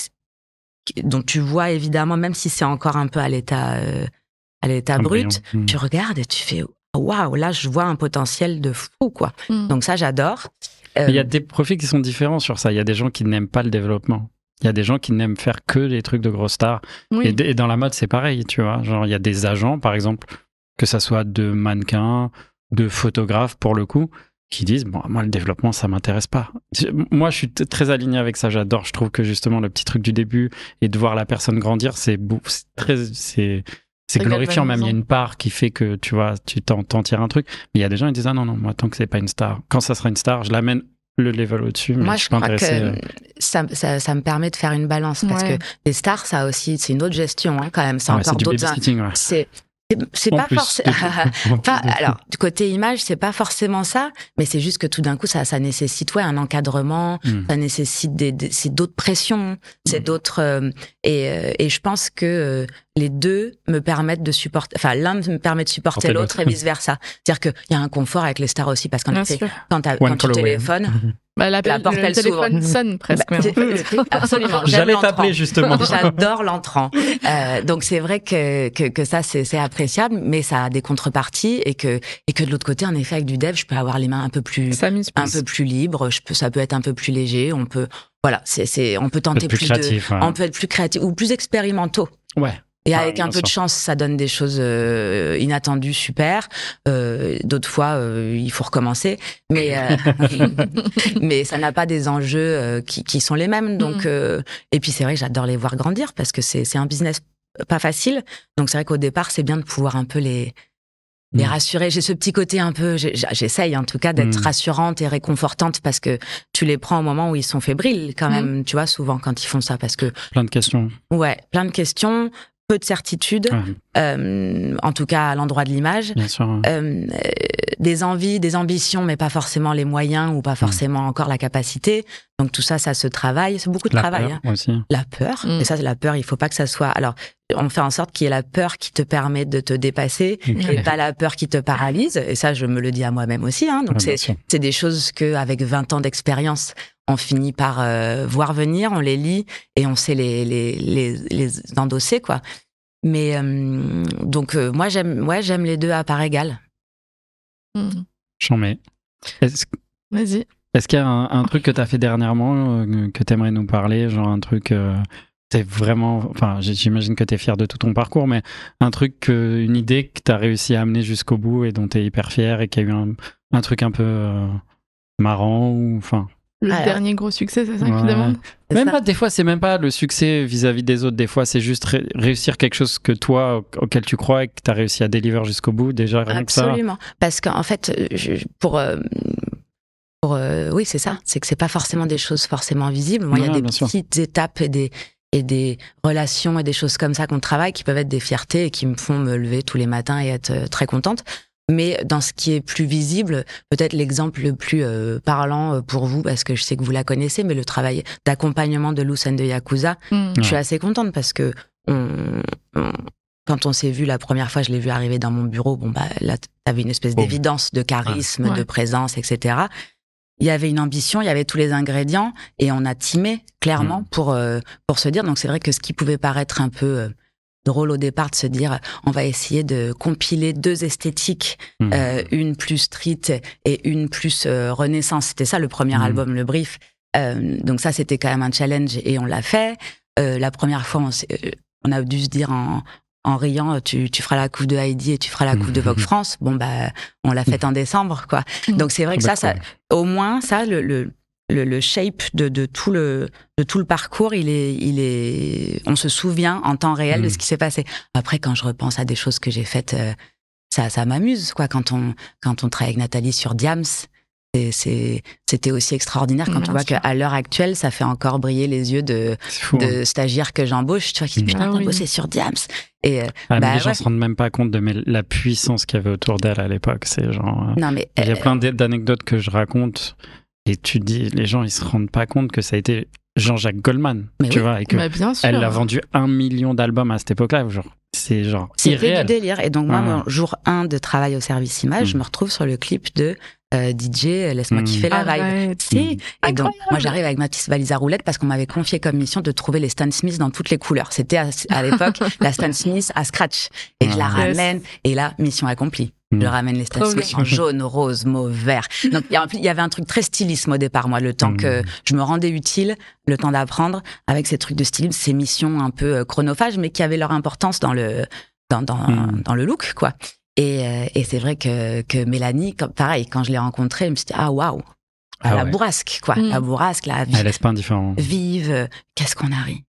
dont tu vois évidemment, même si c'est encore un peu à l'état euh, à l'état brut, mmh. tu regardes et tu fais waouh, là, je vois un potentiel de fou, quoi. Mmh. Donc ça, j'adore. Il y a des profils qui sont différents sur ça. Il y a des gens qui n'aiment pas le développement. Il y a des gens qui n'aiment faire que les trucs de grosses stars. Oui. Et, et dans la mode, c'est pareil, tu vois. Genre, il y a des agents, par exemple, que ça soit de mannequins, de photographes, pour le coup, qui disent, bon, moi, le développement, ça m'intéresse pas. Moi, je suis t- très aligné avec ça. J'adore. Je trouve que justement, le petit truc du début et de voir la personne grandir, c'est, c'est très, c'est, c'est glorifiant même. Il y a une part qui fait que, tu vois, tu t'en, t'en tires un truc. Mais il y a des gens qui disent, ah non, non, moi, tant que c'est pas une star, quand ça sera une star, je l'amène le level au-dessus. Mais moi, je, je crois que ça, ça, ça me permet de faire une balance parce ouais. que les stars, ça aussi, c'est une autre gestion, hein, quand même. C'est ouais, encore c'est d'autres. Ouais. C'est, c'est, c'est pas forcément. Alors, du côté image, c'est pas forcément ça, mais c'est juste que tout d'un coup, ça, ça nécessite ouais un encadrement, mm. ça nécessite des, des, c'est d'autres pressions, c'est mm. d'autres. Euh, et, euh, et je pense que euh, les deux me permettent de supporter. Enfin, l'un me permet de supporter l'autre, l'autre et vice versa. C'est-à-dire qu'il y a un confort avec les stars aussi, parce qu'en effet, quand, quand tu téléphones. Bah, la, la porte, le, elle le téléphone s'ouvre. Sonne presque. Bah, absolument. J'allais t'appeler justement. J'adore l'entrant. Euh, donc c'est vrai que, que que ça c'est c'est appréciable, mais ça a des contreparties et que et que de l'autre côté, en effet, avec du dev, je peux avoir les mains un peu plus un peu plus libres. Je peux, ça peut être un peu plus léger. On peut, voilà, c'est c'est, on peut tenter plus, plus créatif, de, ouais. on peut être plus créatif ou plus expérimentaux. Ouais. Et avec ah, un peu sûr. de chance, ça donne des choses euh, inattendues, super. Euh, d'autres fois, euh, il faut recommencer. Mais euh, mais ça n'a pas des enjeux euh, qui, qui sont les mêmes. Donc, mmh. euh, et puis c'est vrai que j'adore les voir grandir parce que c'est c'est un business pas facile. Donc c'est vrai qu'au départ, c'est bien de pouvoir un peu les les mmh. rassurer. J'ai ce petit côté un peu, j'essaye en tout cas d'être mmh. rassurante et réconfortante parce que tu les prends au moment où ils sont fébriles quand même. Mmh. Tu vois, souvent quand ils font ça parce que plein de questions. Ouais, plein de questions. Peu de certitude, ouais. euh, en tout cas à l'endroit de l'image, Bien sûr, ouais. euh, des envies, des ambitions, mais pas forcément les moyens ou pas forcément mmh. encore la capacité. Donc tout ça, ça se travaille, c'est beaucoup de la travail. Peur hein. aussi. La peur, mmh. et ça, la peur, il faut pas que ça soit. Alors, on fait en sorte qu'il y ait la peur qui te permet de te dépasser, okay. et pas la peur qui te paralyse. Et ça, je me le dis à moi-même aussi. Hein. Donc ouais, c'est c'est des choses que avec vingt ans d'expérience, on finit par euh, voir venir, on les lit et on sait les les les, les endosser quoi. Mais euh, donc euh, moi j'aime ouais j'aime les deux à part égale. Mmh. J'en mets. Est-ce... Vas-y. Est-ce qu'il y a un, un truc que tu as fait dernièrement euh, que tu aimerais nous parler, genre un truc euh, t'es vraiment, enfin, j'imagine que t'es fier de tout ton parcours, mais un truc, une idée que t'as réussi à amener jusqu'au bout et dont t'es hyper fier et qui a eu un, un truc un peu euh, marrant ou, enfin. Le Alors, dernier gros succès, c'est ça ouais. que tu demandes. Même pas, des fois, c'est même pas le succès vis-à-vis des autres. Des fois, c'est juste ré- réussir quelque chose que toi, auquel tu crois et que t'as réussi à délivrer jusqu'au bout. Déjà, rien que ça. Absolument. Parce qu'en fait, je, pour, euh, pour euh, oui, c'est ça. C'est que c'est pas forcément des choses forcément visibles. Moi, il ouais, y a des petites sûr. étapes et des et des relations et des choses comme ça qu'on travaille qui peuvent être des fiertés et qui me font me lever tous les matins et être très contente. Mais dans ce qui est plus visible, peut-être l'exemple le plus euh, parlant pour vous, parce que je sais que vous la connaissez, mais le travail d'accompagnement de Loose and de Yakuza, mmh. je suis assez contente parce que on, on, quand on s'est vu la première fois, je l'ai vu arriver dans mon bureau, bon bah là, t'avais une espèce oh. d'évidence de charisme, ouais. de présence, et cetera. Il y avait une ambition, il y avait tous les ingrédients, et on a teamé clairement mmh. pour euh, pour se dire. Donc c'est vrai que ce qui pouvait paraître un peu euh, drôle au départ de se dire on va essayer de compiler deux esthétiques, mmh. euh, une plus street et une plus euh, renaissance. C'était ça le premier mmh. album, le brief. Euh, donc ça c'était quand même un challenge et on l'a fait. Euh, la première fois on, on a dû se dire en, en riant tu, tu feras la couve de Heidi et tu feras la couve mmh. de Vogue France. Bon bah on l'a fait mmh. en décembre quoi. Mmh. Donc c'est vrai que ça, ça au moins ça le, le Le, le shape de, de tout le de tout le parcours, il est il est on se souvient en temps réel mmh. de ce qui s'est passé. Après, quand je repense à des choses que j'ai faites, euh, ça ça m'amuse quoi. Quand on quand on travaille avec Nathalie sur Diams, c'est, c'est c'était aussi extraordinaire quand mmh, tu vois qu'à l'heure actuelle, ça fait encore briller les yeux de fou, de hein. stagiaires que j'embauche. Tu vois qui disent putain, t'as bossé sur Diams. Et euh, ah, bah, les gens ouais. se rendent même pas compte de mais, la puissance qu'il y avait autour d'elle à l'époque. C'est genre. Non mais il y a euh, plein d'anecdotes que je raconte. Et tu dis, les gens, ils se rendent pas compte que ça a été Jean-Jacques Goldman, mais tu oui. vois, et que bah bien sûr. elle a vendu un million d'albums à cette époque-là, genre, c'est genre C'était irréel. du délire. Et donc moi, ouais. mon jour un de travail au service image, mmh. je me retrouve sur le clip de euh, D J, laisse-moi mmh. kiffer la vibe. Si. Mmh. Et donc moi, j'arrive avec ma petite valise à roulettes parce qu'on m'avait confié comme mission de trouver les Stan Smith dans toutes les couleurs. C'était à, à l'époque la Stan Smith à scratch. Et ouais. je la ramène. Et là, mission accomplie. Je ramène les Stan Smith en jaune, rose, mauve, vert. Donc il y avait un truc très stylisme au départ, moi, le temps mmh. que je me rendais utile, le temps d'apprendre avec ces trucs de stylisme, ces missions un peu chronophages, mais qui avaient leur importance dans le dans dans, mmh. dans le look, quoi. Et, euh, et c'est vrai que que Mélanie, comme, pareil, quand je l'ai rencontrée, je me suis dit ah waouh, ah, la ouais. bourrasque, quoi, mmh. la bourrasque, la elle laisse pas indifférent. Vive, qu'est-ce qu'on a ri.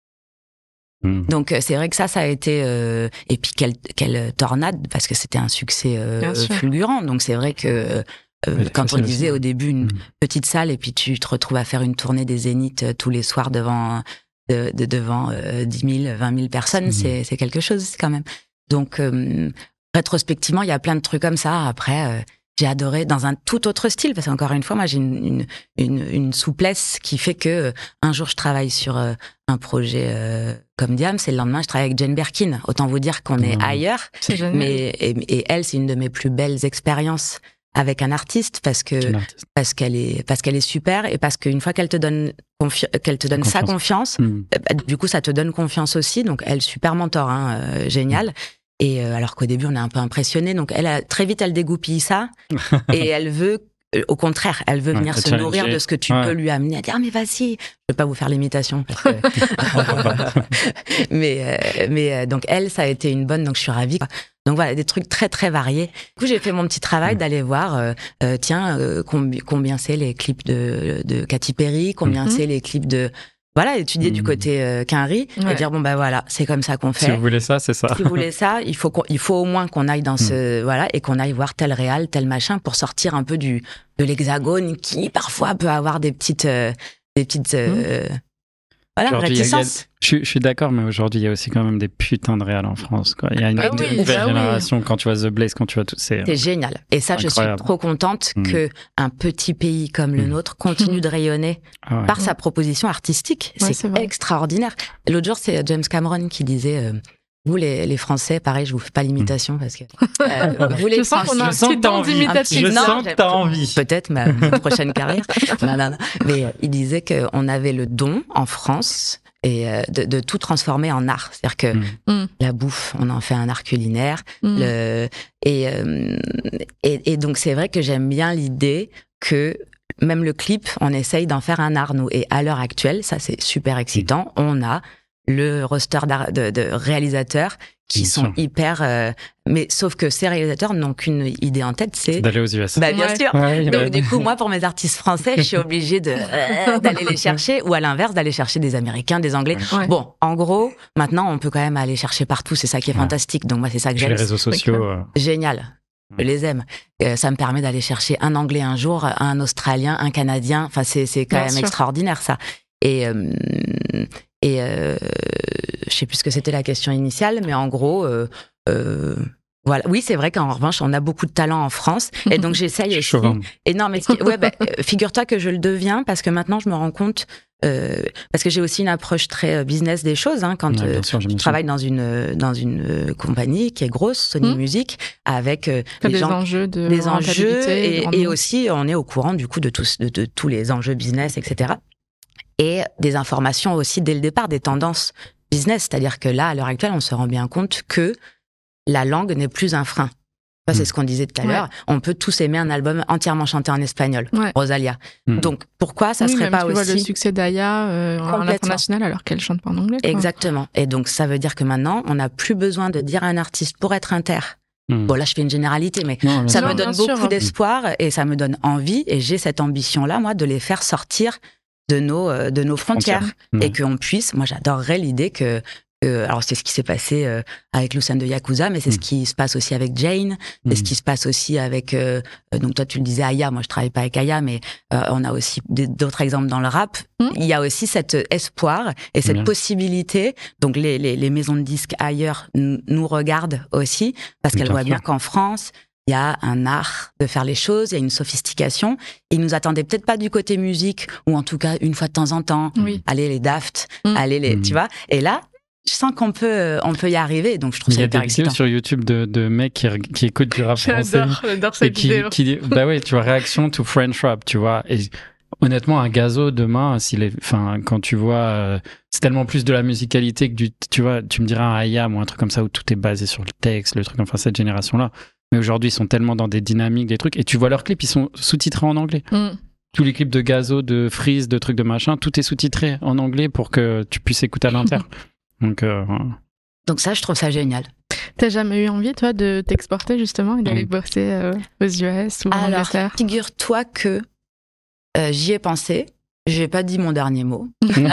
Mmh. Donc c'est vrai que ça, ça a été euh, et puis quelle quelle tornade parce que c'était un succès euh, fulgurant. Donc c'est vrai que euh, ouais, quand on disait aussi. Au début une mmh. petite salle et puis tu te retrouves à faire une tournée des Zéniths euh, tous les soirs devant de, de devant euh, dix mille, vingt mille personnes, mmh. c'est c'est quelque chose quand même. Donc euh, rétrospectivement, il y a plein de trucs comme ça. Après. Euh, J'ai adoré dans un tout autre style parce qu'encore une fois, moi j'ai une, une, une, une souplesse qui fait que euh, un jour je travaille sur euh, un projet euh, comme Diams et le lendemain je travaille avec Jane Birkin. Autant vous dire qu'on est mmh. ailleurs. C'est génial. Mais et, et elle, c'est une de mes plus belles expériences avec un artiste parce que parce qu'elle est parce qu'elle est super et parce qu'une fois qu'elle te donne confi- qu'elle te donne confiance. sa confiance, mmh. bah, du coup ça te donne confiance aussi. Donc elle super mentor, hein, euh, génial. Mmh. Et euh, alors qu'au début on est un peu impressionné, donc elle a, très vite elle dégoupille ça et elle veut, euh, au contraire, elle veut ouais, venir se challenger. Nourrir de ce que tu ouais. peux lui amener. À dire ah mais vas-y, je vais pas vous faire l'imitation parce que mais euh, mais euh, donc elle ça a été une bonne, donc je suis ravie. Donc voilà, des trucs très très variés. Du coup j'ai fait mon petit travail d'aller voir euh, euh, tiens euh, combi- combien c'est les clips de de Katy Perry, combien mm-hmm. c'est les clips de voilà, étudier mmh. du côté euh, Quinry ouais. et dire bon bah voilà, c'est comme ça qu'on fait. Si vous voulez ça, c'est ça. Si vous voulez ça, il faut qu'on, il faut au moins qu'on aille dans mmh. ce voilà et qu'on aille voir tel réal, tel machin pour sortir un peu du de l'hexagone qui parfois peut avoir des petites euh, des petites euh, mmh. voilà réticences. Je, je suis d'accord, mais aujourd'hui il y a aussi quand même des putains de réals en France. Quoi. Il y a une bah nouvelle oui, génération oui. quand tu vois The Blaze, quand tu vois tout, c'est c'est génial. Et ça, incroyable. Je suis trop contente mmh. que un petit pays comme le mmh. nôtre continue de rayonner ah ouais. par sa proposition artistique. Ouais, c'est, c'est extraordinaire. L'autre jour, c'est James Cameron qui disait. Euh, Vous les, les Français, pareil, je vous fais pas l'imitation parce que euh, vous les je sens qu'on a un petit don d'imitation. Je non, sens que t'as envie. Peut-être ma, ma prochaine carrière. Non, non, non. Mais euh, il disait qu'on avait le don en France et euh, de, de tout transformer en art. C'est-à-dire que mm. la bouffe, on en fait un art culinaire. Mm. Le, et, euh, et, et donc c'est vrai que j'aime bien l'idée que même le clip, on essaye d'en faire un art nous. Et à l'heure actuelle, ça c'est super excitant. Mm. On a le roster de, de réalisateurs qui bien sont sûr. hyper... Euh, mais sauf que ces réalisateurs n'ont qu'une idée en tête, c'est... D'aller aux U S. Bah, bien ouais. sûr. Ouais, Donc ouais. du coup, moi, pour mes artistes français, je suis obligée de, euh, d'aller les chercher, ou à l'inverse, d'aller chercher des Américains, des Anglais. Ouais. Bon, en gros, maintenant, on peut quand même aller chercher partout, c'est ça qui est ouais. fantastique. Donc moi, c'est ça que Sur j'aime. les réseaux sociaux. Euh... Génial. Je les aime. Euh, ça me permet d'aller chercher un Anglais un jour, un Australien, un Canadien. Enfin, c'est, c'est quand bien même sûr. extraordinaire, ça. Et... Euh, Et euh, je sais plus ce que c'était la question initiale, mais en gros, euh, euh, voilà. Oui, c'est vrai qu'en revanche, on a beaucoup de talent en France, et donc j'essaye aussi. Et non, mais ouais, bah, figure-toi que je le deviens parce que maintenant je me rends compte. Euh, parce que j'ai aussi une approche très business des choses. Hein, quand ouais, euh, sûr, je travaille dans une dans une euh, compagnie qui est grosse, Sony mmh. Music, avec euh, des, des gens, enjeux de des enjeux, et, et aussi on est au courant du coup de tous de, de tous les enjeux business, et cetera. Et des informations aussi dès le départ, des tendances business. C'est-à-dire que là, à l'heure actuelle, on se rend bien compte que la langue n'est plus un frein. Ça, c'est mmh. ce qu'on disait tout à ouais. l'heure. On peut tous aimer un album entièrement chanté en espagnol, ouais. Rosalia. Mmh. Donc, pourquoi ça oui, serait même pas tu aussi... vois le succès d'Aya euh, en international alors qu'elle chante pas en anglais. Quoi. Exactement. Et donc, ça veut dire que maintenant, on n'a plus besoin de dire à un artiste pour être inter. Mmh. Bon, là, je fais une généralité, mais non, ça non, me donne beaucoup sûr. d'espoir et ça me donne envie. Et j'ai cette ambition-là, moi, de les faire sortir de nos euh, de nos frontières, frontières. et qu'on puisse, moi j'adorerais l'idée que euh, alors c'est ce qui s'est passé euh, avec Lucien de Yakuza, mais c'est mm. ce qui se passe aussi avec Jane, c'est mm. ce qui se passe aussi avec euh, donc toi tu le disais Aya, moi je travaille pas avec Aya, mais euh, on a aussi d'autres exemples dans le rap. Mm. Il y a aussi cet espoir et cette Bien. possibilité, donc les, les les maisons de disques ailleurs n- nous regardent aussi parce qu'elles voient bien qu'en France il y a un art de faire les choses, il y a une sophistication. Ils nous attendaient peut-être pas du côté musique, ou en tout cas une fois de temps en temps, oui. aller les Daft, mmh. aller les, mmh. tu vois. Et là, je sens qu'on peut, on peut y arriver. Donc je trouve il ça hyper Il y excitant. a des vidéos sur YouTube de, de mecs qui, qui écoutent du rap j'adore, français. J'adore cette qui, vidéo. Qui, bah ouais, tu vois, réaction to French rap, tu vois. Et honnêtement, un Gazo demain, s'il est, enfin, quand tu vois, euh, c'est tellement plus de la musicalité que du, tu vois, tu me diras un Ayam ou un truc comme ça où tout est basé sur le texte, le truc, enfin cette génération-là. Mais aujourd'hui, ils sont tellement dans des dynamiques, des trucs. Et tu vois leurs clips, ils sont sous-titrés en anglais. Mm. Tous les clips de Gazo, de Freeze, de trucs de machin, tout est sous-titré en anglais pour que tu puisses écouter à l'inter. Donc, euh, Donc ça, je trouve ça génial. T'as jamais eu envie, toi, de t'exporter justement et d'aller mm. bosser euh, aux U S ou en Alors, Angleterre ? Figure-toi que euh, j'y ai pensé. J'ai pas dit mon dernier mot. on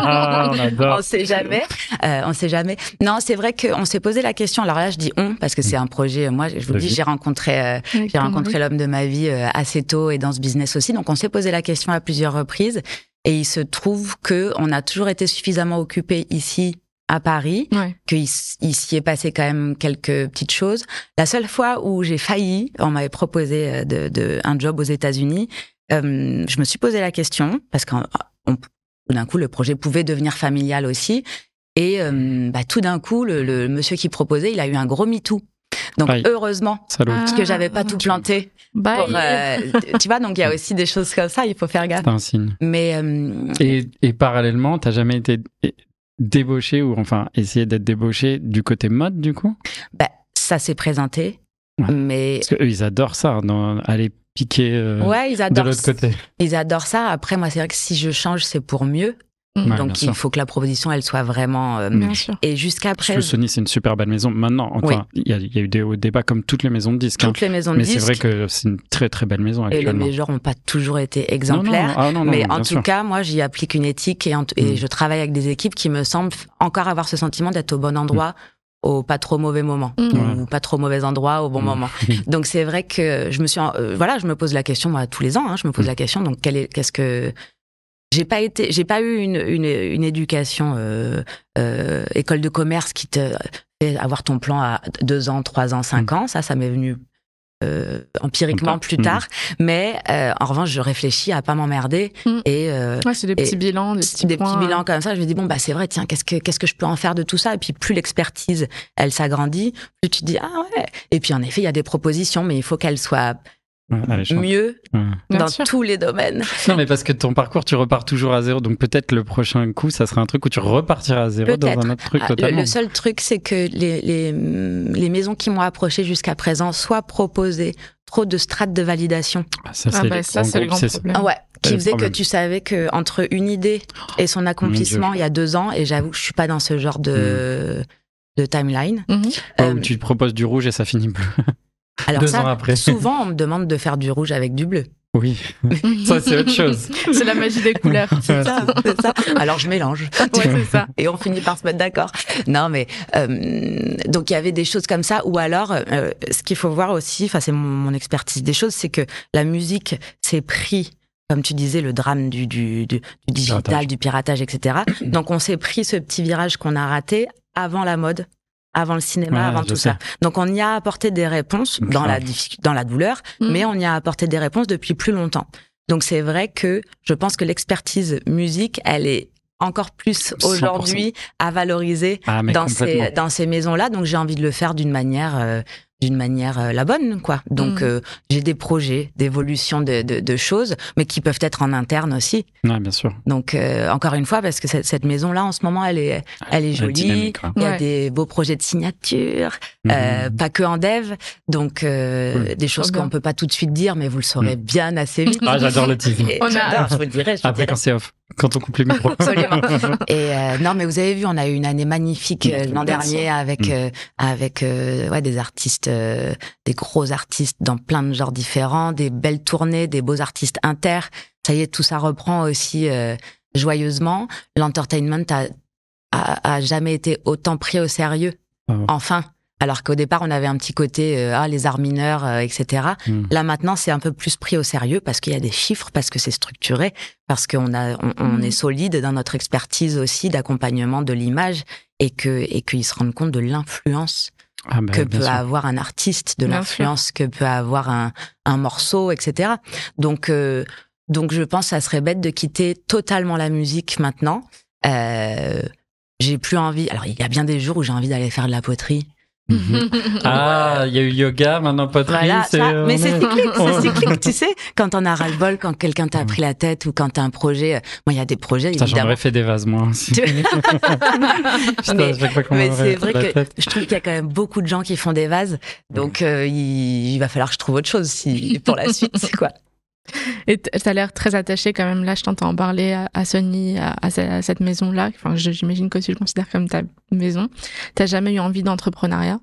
adore. On sait jamais. Euh, on sait jamais. Non, c'est vrai qu'on s'est posé la question. Alors là, je dis on parce que c'est un projet. Moi, je vous le dis, j'ai rencontré, euh, oui, j'ai rencontré l'homme de ma vie euh, assez tôt et dans ce business aussi. Donc, on s'est posé la question à plusieurs reprises. Et il se trouve que on a toujours été suffisamment occupés ici à Paris, ouais. qu'il il s'y est passé quand même quelques petites choses. La seule fois où j'ai failli, on m'avait proposé de, de un job aux États-Unis. Euh, je me suis posé la question parce que tout d'un coup le projet pouvait devenir familial aussi et euh, bah, tout d'un coup le, le monsieur qui proposait il a eu un gros MeToo donc Aïe. heureusement Salut. parce que j'avais pas ah, tout planté pour, euh, tu vois donc il y a aussi des choses comme ça, il faut faire gaffe. C'est un signe. Mais euh... et, et parallèlement t'as jamais été débauché ou enfin essayé d'être débauché du côté mode du coup? Bah ça s'est présenté ouais. mais parce qu'eux ils adorent ça dans, aller piquer euh, ouais, ils adorent de l'autre côté. Ils adorent ça. Après, moi, c'est vrai que si je change, c'est pour mieux. Ouais, donc, il sûr. faut que la proposition, elle soit vraiment... Euh, bien sûr. Et jusqu'à après... Parce que Sony, c'est une super belle maison. Maintenant, enfin, il oui. y, y a eu des hauts débats comme toutes les maisons de disques. Toutes hein. les maisons de mais disques. Mais c'est vrai que c'est une très, très belle maison actuellement. Et les majors n'ont pas toujours été exemplaires. Non, non. Ah, non, non, mais non, en tout sûr. cas, moi, j'y applique une éthique et, en, et mm. je travaille avec des équipes qui me semblent encore avoir ce sentiment d'être au bon endroit. Mm. au pas trop mauvais moment mmh. ou pas trop mauvais endroit au bon mmh. moment. Donc c'est vrai que je me suis euh, voilà, je me pose la question moi tous les ans hein, je me pose mmh. la question donc quel est qu'est-ce que j'ai pas été j'ai pas eu une une une éducation euh, euh, école de commerce qui te fait avoir ton plan à deux ans, trois ans, cinq mmh. ans, ça ça m'est venu Euh, empiriquement plus tard, mmh. mais euh, en revanche je réfléchis à pas m'emmerder mmh. et euh, ouais, c'est des petits bilans, des petits, des points, petits bilans comme ça. Je me dis bon bah c'est vrai, tiens qu'est-ce que qu'est-ce que je peux en faire de tout ça. Et puis plus l'expertise elle s'agrandit, plus tu te dis ah ouais. Et puis en effet il y a des propositions, mais il faut qu'elles soient ouais, mieux ouais. dans tous les domaines. Non, mais parce que ton parcours, tu repars toujours à zéro. Donc peut-être le prochain coup, ça sera un truc où tu repartiras à zéro peut-être. Dans un autre truc Ah, totalement. Le, le seul truc, c'est que les, les, les maisons qui m'ont approché jusqu'à présent soit proposaient trop de strates de validation. Ah, ça, c'est ah bah, ça, c'est le grand problème. Ouais, qui faisait problème. que tu savais que entre une idée et son accomplissement il y a deux ans, et j'avoue que je suis pas dans ce genre de, mmh. de timeline. Mmh. Euh, où tu te proposes du rouge et ça finit bleu. Alors deux ça, ans après. souvent on me demande de faire du rouge avec du bleu. Oui, ça c'est autre chose. C'est la magie des couleurs. C'est ça, c'est ça. Alors je mélange. Ouais, c'est ça. Et on finit par se mettre d'accord. Non, mais euh, donc il y avait des choses comme ça. Ou alors, euh, ce qu'il faut voir aussi, enfin c'est mon, mon expertise des choses, c'est que la musique s'est pris, comme tu disais, le drame du, du, du, du digital, piratage. du piratage, et cetera. Donc on s'est pris ce petit virage qu'on a raté avant la mode, avant le cinéma, ouais, avant tout sais. ça. Donc on y a apporté des réponses dans la, dans la douleur, mmh. mais on y a apporté des réponses depuis plus longtemps. Donc c'est vrai que je pense que l'expertise musique, elle est encore plus aujourd'hui à valoriser ah, dans ces dans ces maisons-là. Donc j'ai envie de le faire d'une manière euh, d'une manière euh, la bonne, quoi. Donc mmh. euh, j'ai des projets d'évolution de, de de choses, mais qui peuvent être en interne aussi. Ouais, bien sûr. Donc euh, encore une fois, parce que cette, cette maison-là en ce moment, elle est elle est jolie. Dynamique, il y a ouais. des beaux projets de signature, mmh. euh, pas que en dev. Donc euh, cool. des choses oh, qu'on peut pas tout de suite dire, mais vous le saurez mmh. bien assez vite. Ah, j'adore le teasing. On a... je vous le dirai. Je Après dirai. quand c'est off. Quand on coupe les micros. Absolument. Et euh, non, mais vous avez vu, on a eu une année magnifique euh, l'an dernier avec euh, avec euh, ouais des artistes, euh, des gros artistes dans plein de genres différents, des belles tournées, des beaux artistes inter. Ça y est, tout ça reprend aussi euh, joyeusement. L'entertainment a, a a jamais été autant pris au sérieux. Ah ouais. Enfin. Alors qu'au départ, on avait un petit côté, euh, ah, les arts mineurs, euh, et cetera. Mm. Là, maintenant, c'est un peu plus pris au sérieux parce qu'il y a des chiffres, parce que c'est structuré, parce qu'on a, on, on mm. est solide dans notre expertise aussi d'accompagnement de l'image et que, et qu'ils se rendent compte de l'influence ah bah, que peut sûr. avoir un artiste, de bien l'influence sûr. que peut avoir un, un morceau, et cetera. Donc, euh, donc, je pense que ça serait bête de quitter totalement la musique maintenant. Euh, j'ai plus envie. Alors, il y a bien des jours où j'ai envie d'aller faire de la poterie. Mmh. Ah, il y a eu yoga, maintenant poterie. Voilà, c'est, ça, mais est... c'est cyclique, c'est cyclique, tu sais. Quand on a ras-le-bol, quand quelqu'un t'a pris la tête ou quand t'as un projet. Moi, il y a des projets. Ça, j'en aurais fait des vases, moi aussi. Putain, mais mais c'est vrai que tête. je trouve qu'il y a quand même beaucoup de gens qui font des vases. Donc, euh, il, il va falloir que je trouve autre chose si, pour la suite, c'est quoi. Et t'as l'air très attaché quand même, là je t'entends en parler à, à Sony, à, à cette maison-là, enfin j'imagine que tu le considères comme ta maison. T'as jamais eu envie d'entrepreneuriat?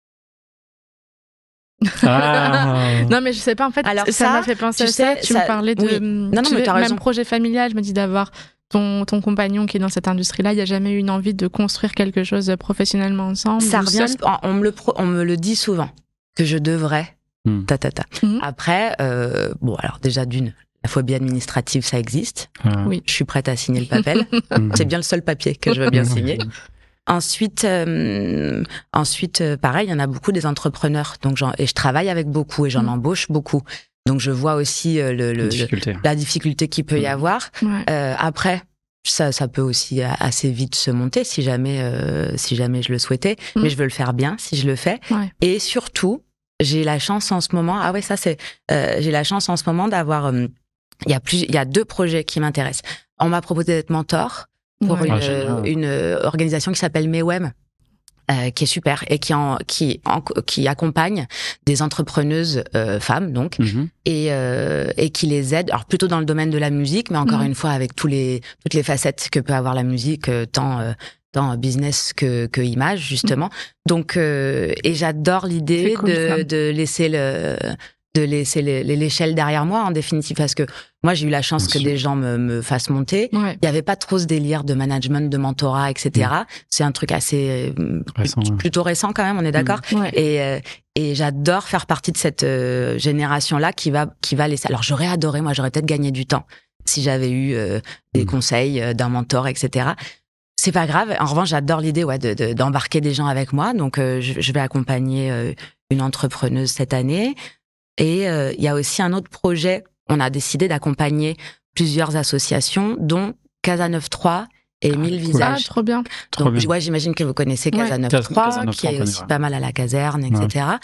Ah. Non mais je sais pas, en fait, alors ça, ça m'a fait penser à ça, sais, tu ça... me parlais de... Oui. Non, non, mais t'as même raison. Projet familial, je me dis d'avoir ton, ton compagnon qui est dans cette industrie-là, il n'y a jamais eu une envie de construire quelque chose professionnellement ensemble? Ça revient, on me, le pro, on me le dit souvent, que je devrais... Mmh. Ta, ta, ta. Mmh. Après, euh, bon, alors déjà d'une, la phobie administrative, ça existe. Ah. Oui. Je suis prête à signer le papel. C'est bien le seul papier que je veux bien signer. Ensuite, euh, ensuite, euh, pareil, il y en a beaucoup des entrepreneurs. Donc, j'en, et je travaille avec beaucoup et j'en mmh. embauche beaucoup. Donc, je vois aussi euh, le, le, difficulté. le, la difficulté qu'il peut mmh. y avoir. Ouais. Euh, après, ça, ça peut aussi assez vite se monter si jamais, euh, si jamais je le souhaitais. Mmh. Mais je veux le faire bien si je le fais. Ouais. Et surtout, j'ai la chance en ce moment. Ah ouais, ça c'est. Euh, j'ai la chance en ce moment d'avoir. Il euh, y a plus. Il y a deux projets qui m'intéressent. On m'a proposé d'être mentor pour ouais. une, ah, une organisation qui s'appelle Mewem, euh, qui est super et qui en, qui en, qui accompagne des entrepreneuses euh, femmes donc mm-hmm. et euh, et qui les aide. Alors plutôt dans le domaine de la musique, mais encore mm-hmm. une fois avec tous les toutes les facettes que peut avoir la musique, euh, tant euh, tant business que que image justement. Mmh. Donc euh, et j'adore l'idée cool, de ça. de laisser le de laisser les, l'échelle derrière moi en définitive parce que moi j'ai eu la chance Bien que sûr. des gens me me fassent monter. Ouais. Il y avait pas trop ce délire de management, de mentorat, et cetera. Mmh. C'est un truc assez récent, plutôt, ouais. plutôt récent quand même, on est d'accord. Mmh. Ouais. Et euh, et j'adore faire partie de cette euh, génération là qui va qui va laisser. Alors j'aurais adoré, moi j'aurais peut-être gagné du temps si j'avais eu euh, des mmh. conseils euh, d'un mentor, et cetera. C'est pas grave. En revanche, j'adore l'idée, ouais, de, de d'embarquer des gens avec moi. Donc, euh, je, je vais accompagner euh, une entrepreneuse cette année. Et il euh, y a aussi un autre projet. On a décidé d'accompagner plusieurs associations, dont Casa neuf trois et Mille ah, Visages. Ah, trop bien. Donc, trop bien. Ouais, j'imagine que vous connaissez Casa neuf trois, ouais. qui est aussi ouais. pas mal à la caserne, et cetera. Ouais.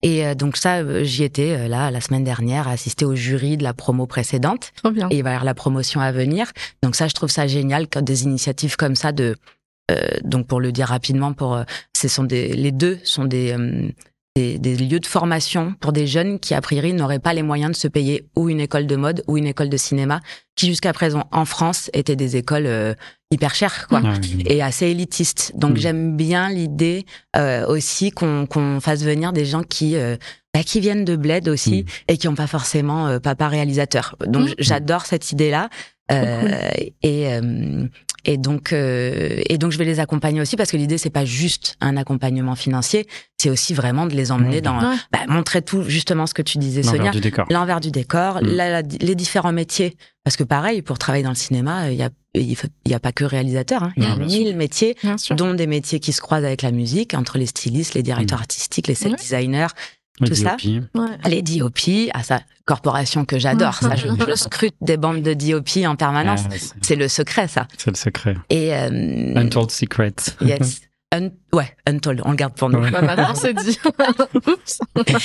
Et euh, donc ça, euh, j'y étais euh, là la semaine dernière, à assister au jury de la promo précédente. Trop bien. Et il va y avoir la promotion à venir. Donc ça, je trouve ça génial quand des initiatives comme ça de, euh, donc pour le dire rapidement, pour, euh, ce sont des, les deux sont des, euh, des, des lieux de formation pour des jeunes qui a priori n'auraient pas les moyens de se payer ou une école de mode ou une école de cinéma, qui jusqu'à présent en France étaient des écoles euh, hyper chères, quoi, Ah oui. et assez élitistes. Donc Mmh. j'aime bien l'idée euh, aussi qu'on qu'on fasse venir des gens qui euh, bah, qui viennent de bled aussi Mmh. et qui n'ont pas forcément euh, papa réalisateur. Donc Mmh. j'adore cette idée-là. Euh, cool. et euh, et donc euh, et donc je vais les accompagner aussi, parce que l'idée c'est pas juste un accompagnement financier, c'est aussi vraiment de les emmener Ouais. dans Ouais. bah, montrer tout, justement ce que tu disais, L'envers Sonia, du décor. l'envers du décor, Mm. la- la- les différents métiers, parce que pareil, pour travailler dans le cinéma, il y a il faut- il y a pas que réalisateur, hein. Il y a Non, bien sûr. mille métiers, Bien sûr. dont des métiers qui se croisent avec la musique, entre les stylistes, les directeurs Mm. artistiques, les set Ouais. designers, Le tout ça. D O P. Ouais. les D O P, ah ça, corporation que j'adore, ça, je, je scrute des bandes de D O P en permanence. Ah, c'est- C'est le secret, ça. c'est le secret. Et euh, Untold Secret. yes, Un- ouais, Untold, on le garde pour nous. Ouais. Bah, maintenant, c'est dit. Oups.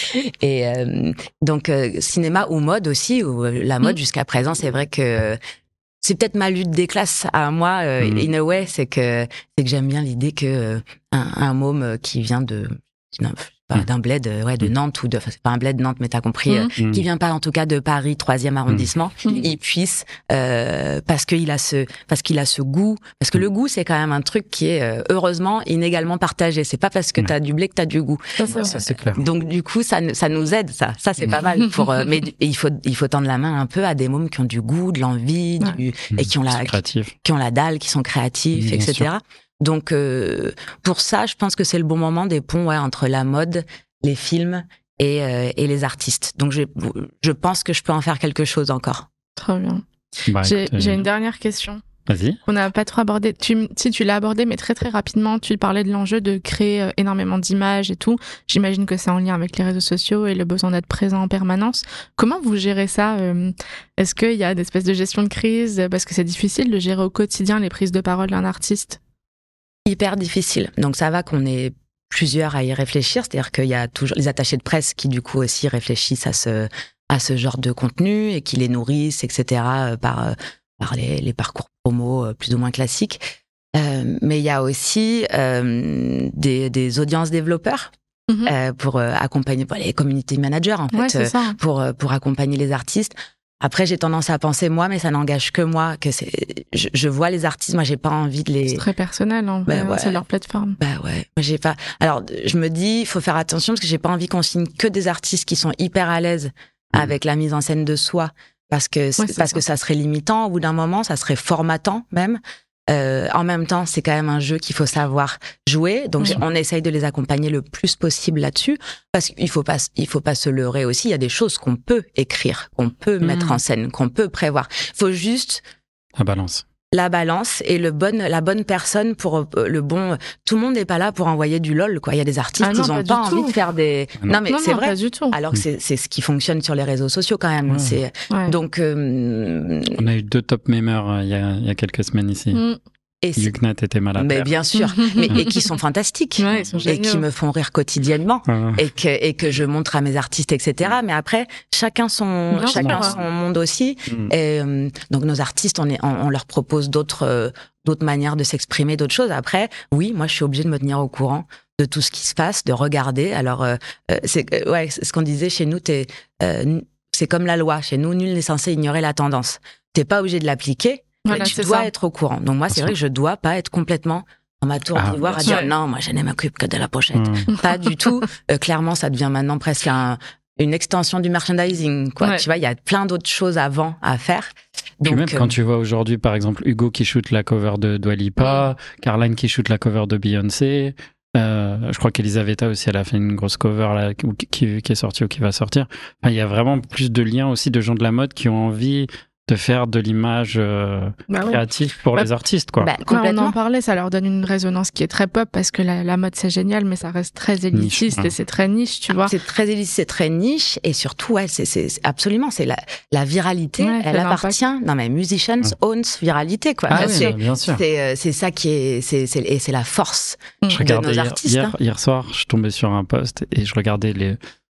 Et euh, donc euh, cinéma ou mode aussi, ou euh, la mode Mm. jusqu'à présent, c'est vrai que c'est peut-être ma lutte des classes à moi, euh, Mm. in a way, c'est que c'est que j'aime bien l'idée que euh, un, un môme euh, qui vient de non, pas, Mm. d'un bled, euh, ouais, de Mm. Nantes, ou de, enfin c'est pas un bled Nantes, mais t'as compris, euh, Mm. Mm. qui vient pas en tout cas de Paris troisième arrondissement, Mm. il puisse euh, parce qu'il a ce parce qu'il a ce goût, parce que Mm. le goût c'est quand même un truc qui est euh, heureusement inégalement partagé. C'est pas parce que Ouais. t'as du blé que t'as du goût. Ça, c'est Ça, vrai. c'est clair. Donc du coup ça ça nous aide, ça ça c'est pas mal pour euh, mais il faut il faut tendre la main un peu à des mômes qui ont du goût, de l'envie, Ouais. du, et qui ont la C'est créatif. qui ont la dalle, qui sont créatifs, Bien et cetera. Donc euh, pour ça, je pense que c'est le bon moment des ponts, ouais, entre la mode, les films et, euh, et les artistes. Donc je, je pense que je peux en faire quelque chose encore. Trop bien. Bah, J'ai écoute, euh, j'ai une dernière question. Vas-y. On n'a pas trop abordé. Tu, si tu l'as abordé, mais très très rapidement, tu parlais de l'enjeu de créer euh, énormément d'images et tout. J'imagine que c'est en lien avec les réseaux sociaux et le besoin d'être présent en permanence. Comment vous gérez ça euh, Est-ce qu'il y a des espèces de gestion de crise? Parce que c'est difficile de gérer au quotidien les prises de parole d'un artiste. Hyper difficile. Donc ça va qu'on ait plusieurs à y réfléchir, c'est-à-dire qu'il y a toujours les attachés de presse qui du coup aussi réfléchissent à ce à ce genre de contenu et qui les nourrissent, et cetera, par euh, par les, les parcours promo euh, plus ou moins classiques. Euh, mais il y a aussi euh, des, des audiences développeurs Mhm. euh, pour euh, accompagner pour les community managers en fait, Ouais, c'est euh, ça. pour euh, pour accompagner les artistes. Après, j'ai tendance à penser moi, mais ça n'engage que moi, que c'est je, je vois les artistes, moi j'ai pas envie de les C'est très personnel, en vrai. Bah ouais. C'est leur plateforme. bah ouais, moi j'ai pas. Alors je me dis, il faut faire attention parce que j'ai pas envie qu'on signe que des artistes qui sont hyper à l'aise avec la mise en scène de soi, parce que Ouais, c'est parce ça. que ça serait limitant. Au bout d'un moment, ça serait formatant même. Euh, en même temps, c'est quand même un jeu qu'il faut savoir jouer. Donc Ouais. on essaye de les accompagner le plus possible là-dessus, parce qu'il faut pas il faut pas se leurrer aussi. Il y a des choses qu'on peut écrire, qu'on peut Mmh. mettre en scène, qu'on peut prévoir. Il faut juste La balance. la balance et le bon, la bonne personne pour euh, le bon. Tout le monde n'est pas là pour envoyer du lol, quoi. Il y a des artistes, Ah non, ils pas ont du pas envie tout. de faire des. Non. Non, mais non, c'est non, vrai. pas du tout. Alors que c'est c'est ce qui fonctionne sur les réseaux sociaux quand même. Ouais. C'est Ouais. donc euh, On a eu deux top memers euh, il y a, il y a quelques semaines ici. Mm. et c'est- Yugnat était malade. mais bien sûr, mais et qui sont fantastiques Ouais, ils sont et qui géniaux. me font rire quotidiennement. Ah. Et que, et que je montre à mes artistes, et cetera. Mais après, chacun son, Bien chacun sûr. son monde aussi. Mm. Et euh, donc nos artistes, on, est, on, on leur propose d'autres, euh, d'autres manières de s'exprimer, d'autres choses. Après, oui, moi, je suis obligée de me tenir au courant de tout ce qui se passe, de regarder. Alors, euh, euh, c'est euh, ouais, c'est ce qu'on disait chez nous. T'es, euh, c'est comme la loi. Chez nous, nul n'est censé ignorer la tendance. T'es pas obligé de l'appliquer. Voilà, mais tu c'est dois ça. être au courant. Donc moi, c'est Bien vrai que je dois pas être complètement dans ma tour Ah, d'ivoire à bien dire sûr. non, moi, je ne m'occupe que de la pochette. Mm. Pas du tout. Euh, clairement, ça devient maintenant presque un, une extension du merchandising, quoi. Ouais. Tu vois, il y a plein d'autres choses avant à faire. Puis Donc, même euh, quand tu vois aujourd'hui, par exemple, Hugo qui shoot la cover de Dua Lipa, Caroline qui shoot la cover de Beyoncé, euh, je crois qu'Elisaveta aussi, elle a fait une grosse cover là, qui, qui, qui est sortie ou qui va sortir. Enfin, il y a vraiment plus de liens aussi de gens de la mode qui ont envie de faire de l'image euh, Bah ouais. créative pour Bah, les artistes, quoi. bah, Ouais, on complètement. en parlait, ça leur donne une résonance qui est très pop parce que la, la mode c'est génial, mais ça reste très élitiste Niche, et c'est très niche, tu vois. C'est très élitiste, c'est très niche, et surtout, ouais, c'est, c'est, c'est absolument, c'est la, la viralité, Ouais, elle c'est l'impact. appartient. Non, mais musicians Ouais. owns viralité, quoi. Ah Ça, oui, c'est, bien sûr. c'est, euh, c'est ça qui est, c'est, c'est, et c'est la force Mm. Je de regardais nos hier, artistes. hier, hein. hier soir, je tombais sur un post et je regardais les,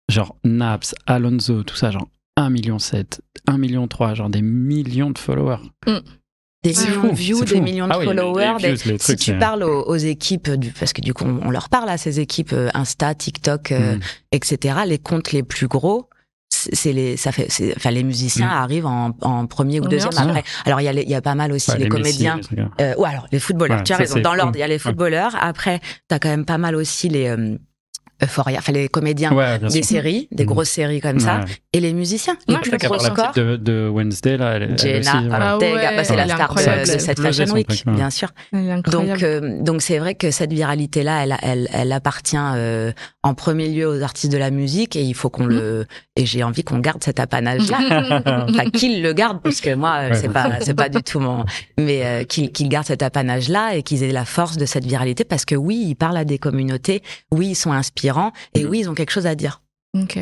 genre Naps, Alonso, tout ça, genre un virgule sept million, un virgule trois million, genre des millions de followers. Mm. Des c'est millions fou, de views, c'est des fou. millions de ah oui, followers. les, les views, des... les trucs, si tu c'est... parles aux, aux équipes, du... parce que du coup, on, on leur parle à ces équipes euh, Insta, TikTok, euh, mm. et cetera. Les comptes les plus gros, c'est les, ça fait, c'est, enfin, les musiciens mmh. arrivent en, en premier ou deuxième Bien après. Alors, il y a les, il y a pas mal aussi ouais, les, les comédiens. Messi, les euh, ou alors, les footballeurs. Ouais, tu as ça, raison. Dans cool. l'ordre, il y a les footballeurs. Ouais. Après, t'as quand même pas mal aussi les, euh, Euphoria, enfin, les comédiens ouais, des sûr. séries, des mmh. grosses séries comme ça. Ouais. Et les musiciens. Ouais, les plus gros scores. De, de Wednesday, là, elle, Jenna elle aussi, Ortega. Ouais. Ah ouais, bah, c'est la star de, de cette Fashion Week, truc, ouais. bien sûr. Donc, euh, donc c'est vrai que cette viralité-là, elle, elle, elle appartient euh, en premier lieu aux artistes de la musique et il faut qu'on mmh. le, et j'ai envie qu'on garde cet apanage-là. Enfin, qu'ils le gardent, parce que moi, ouais. c'est pas, c'est pas du tout mon, mais euh, qu'ils, qu'ils gardent cet apanage-là et qu'ils aient la force de cette viralité parce que oui, ils parlent à des communautés, oui, ils sont inspirants et oui, ils ont quelque chose à dire. Ok.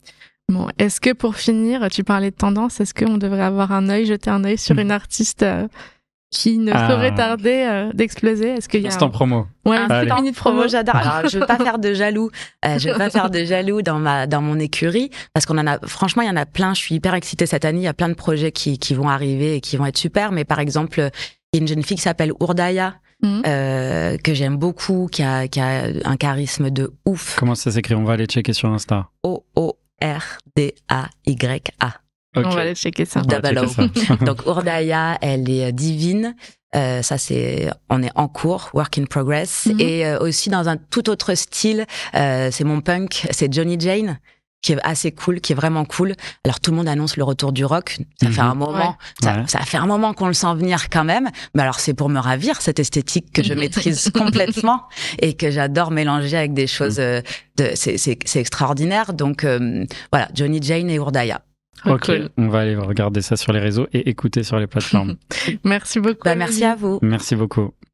Bon, est-ce que pour finir, tu parlais de tendance, est-ce qu'on devrait avoir un œil, jeter un œil sur une artiste euh, qui ne ah. ferait tarder euh, d'exploser? Est-ce qu'il y a instant un... promo? Ouais, un instant minute promo, j'adore. Alors, je veux pas faire de jaloux, euh, je veux pas faire de jaloux dans ma dans mon écurie parce qu'on en a, franchement, il y en a plein. Je suis hyper excitée cette année. Il y a plein de projets qui qui vont arriver et qui vont être super. Mais par exemple, il y a une jeune fille qui s'appelle Ourdaya. Mmh. Euh, que j'aime beaucoup, qui a, qui a un charisme de ouf. Comment ça s'écrit? On va aller checker sur Insta. O O R D A Y A. Okay. On va aller checker ça. Double O. Donc Ourdaya, elle est divine. Euh, ça c'est, on est en cours, work in progress. Mmh. Et euh, aussi dans un tout autre style, euh, c'est mon punk, c'est Johnny Jane, qui est assez cool, qui est vraiment cool. Alors tout le monde annonce le retour du rock. Ça mmh. fait un moment, ouais. ça, ouais. ça fait un moment qu'on le sent venir quand même. Mais alors c'est pour me ravir cette esthétique que je maîtrise complètement et que j'adore mélanger avec des choses. Euh, de, c'est, c'est, c'est extraordinaire. Donc euh, voilà, Johnny Jane et Ourdaya. Ok, cool. On va aller regarder ça sur les réseaux et écouter sur les plateformes. Merci beaucoup. Bah, merci à vous. Merci beaucoup.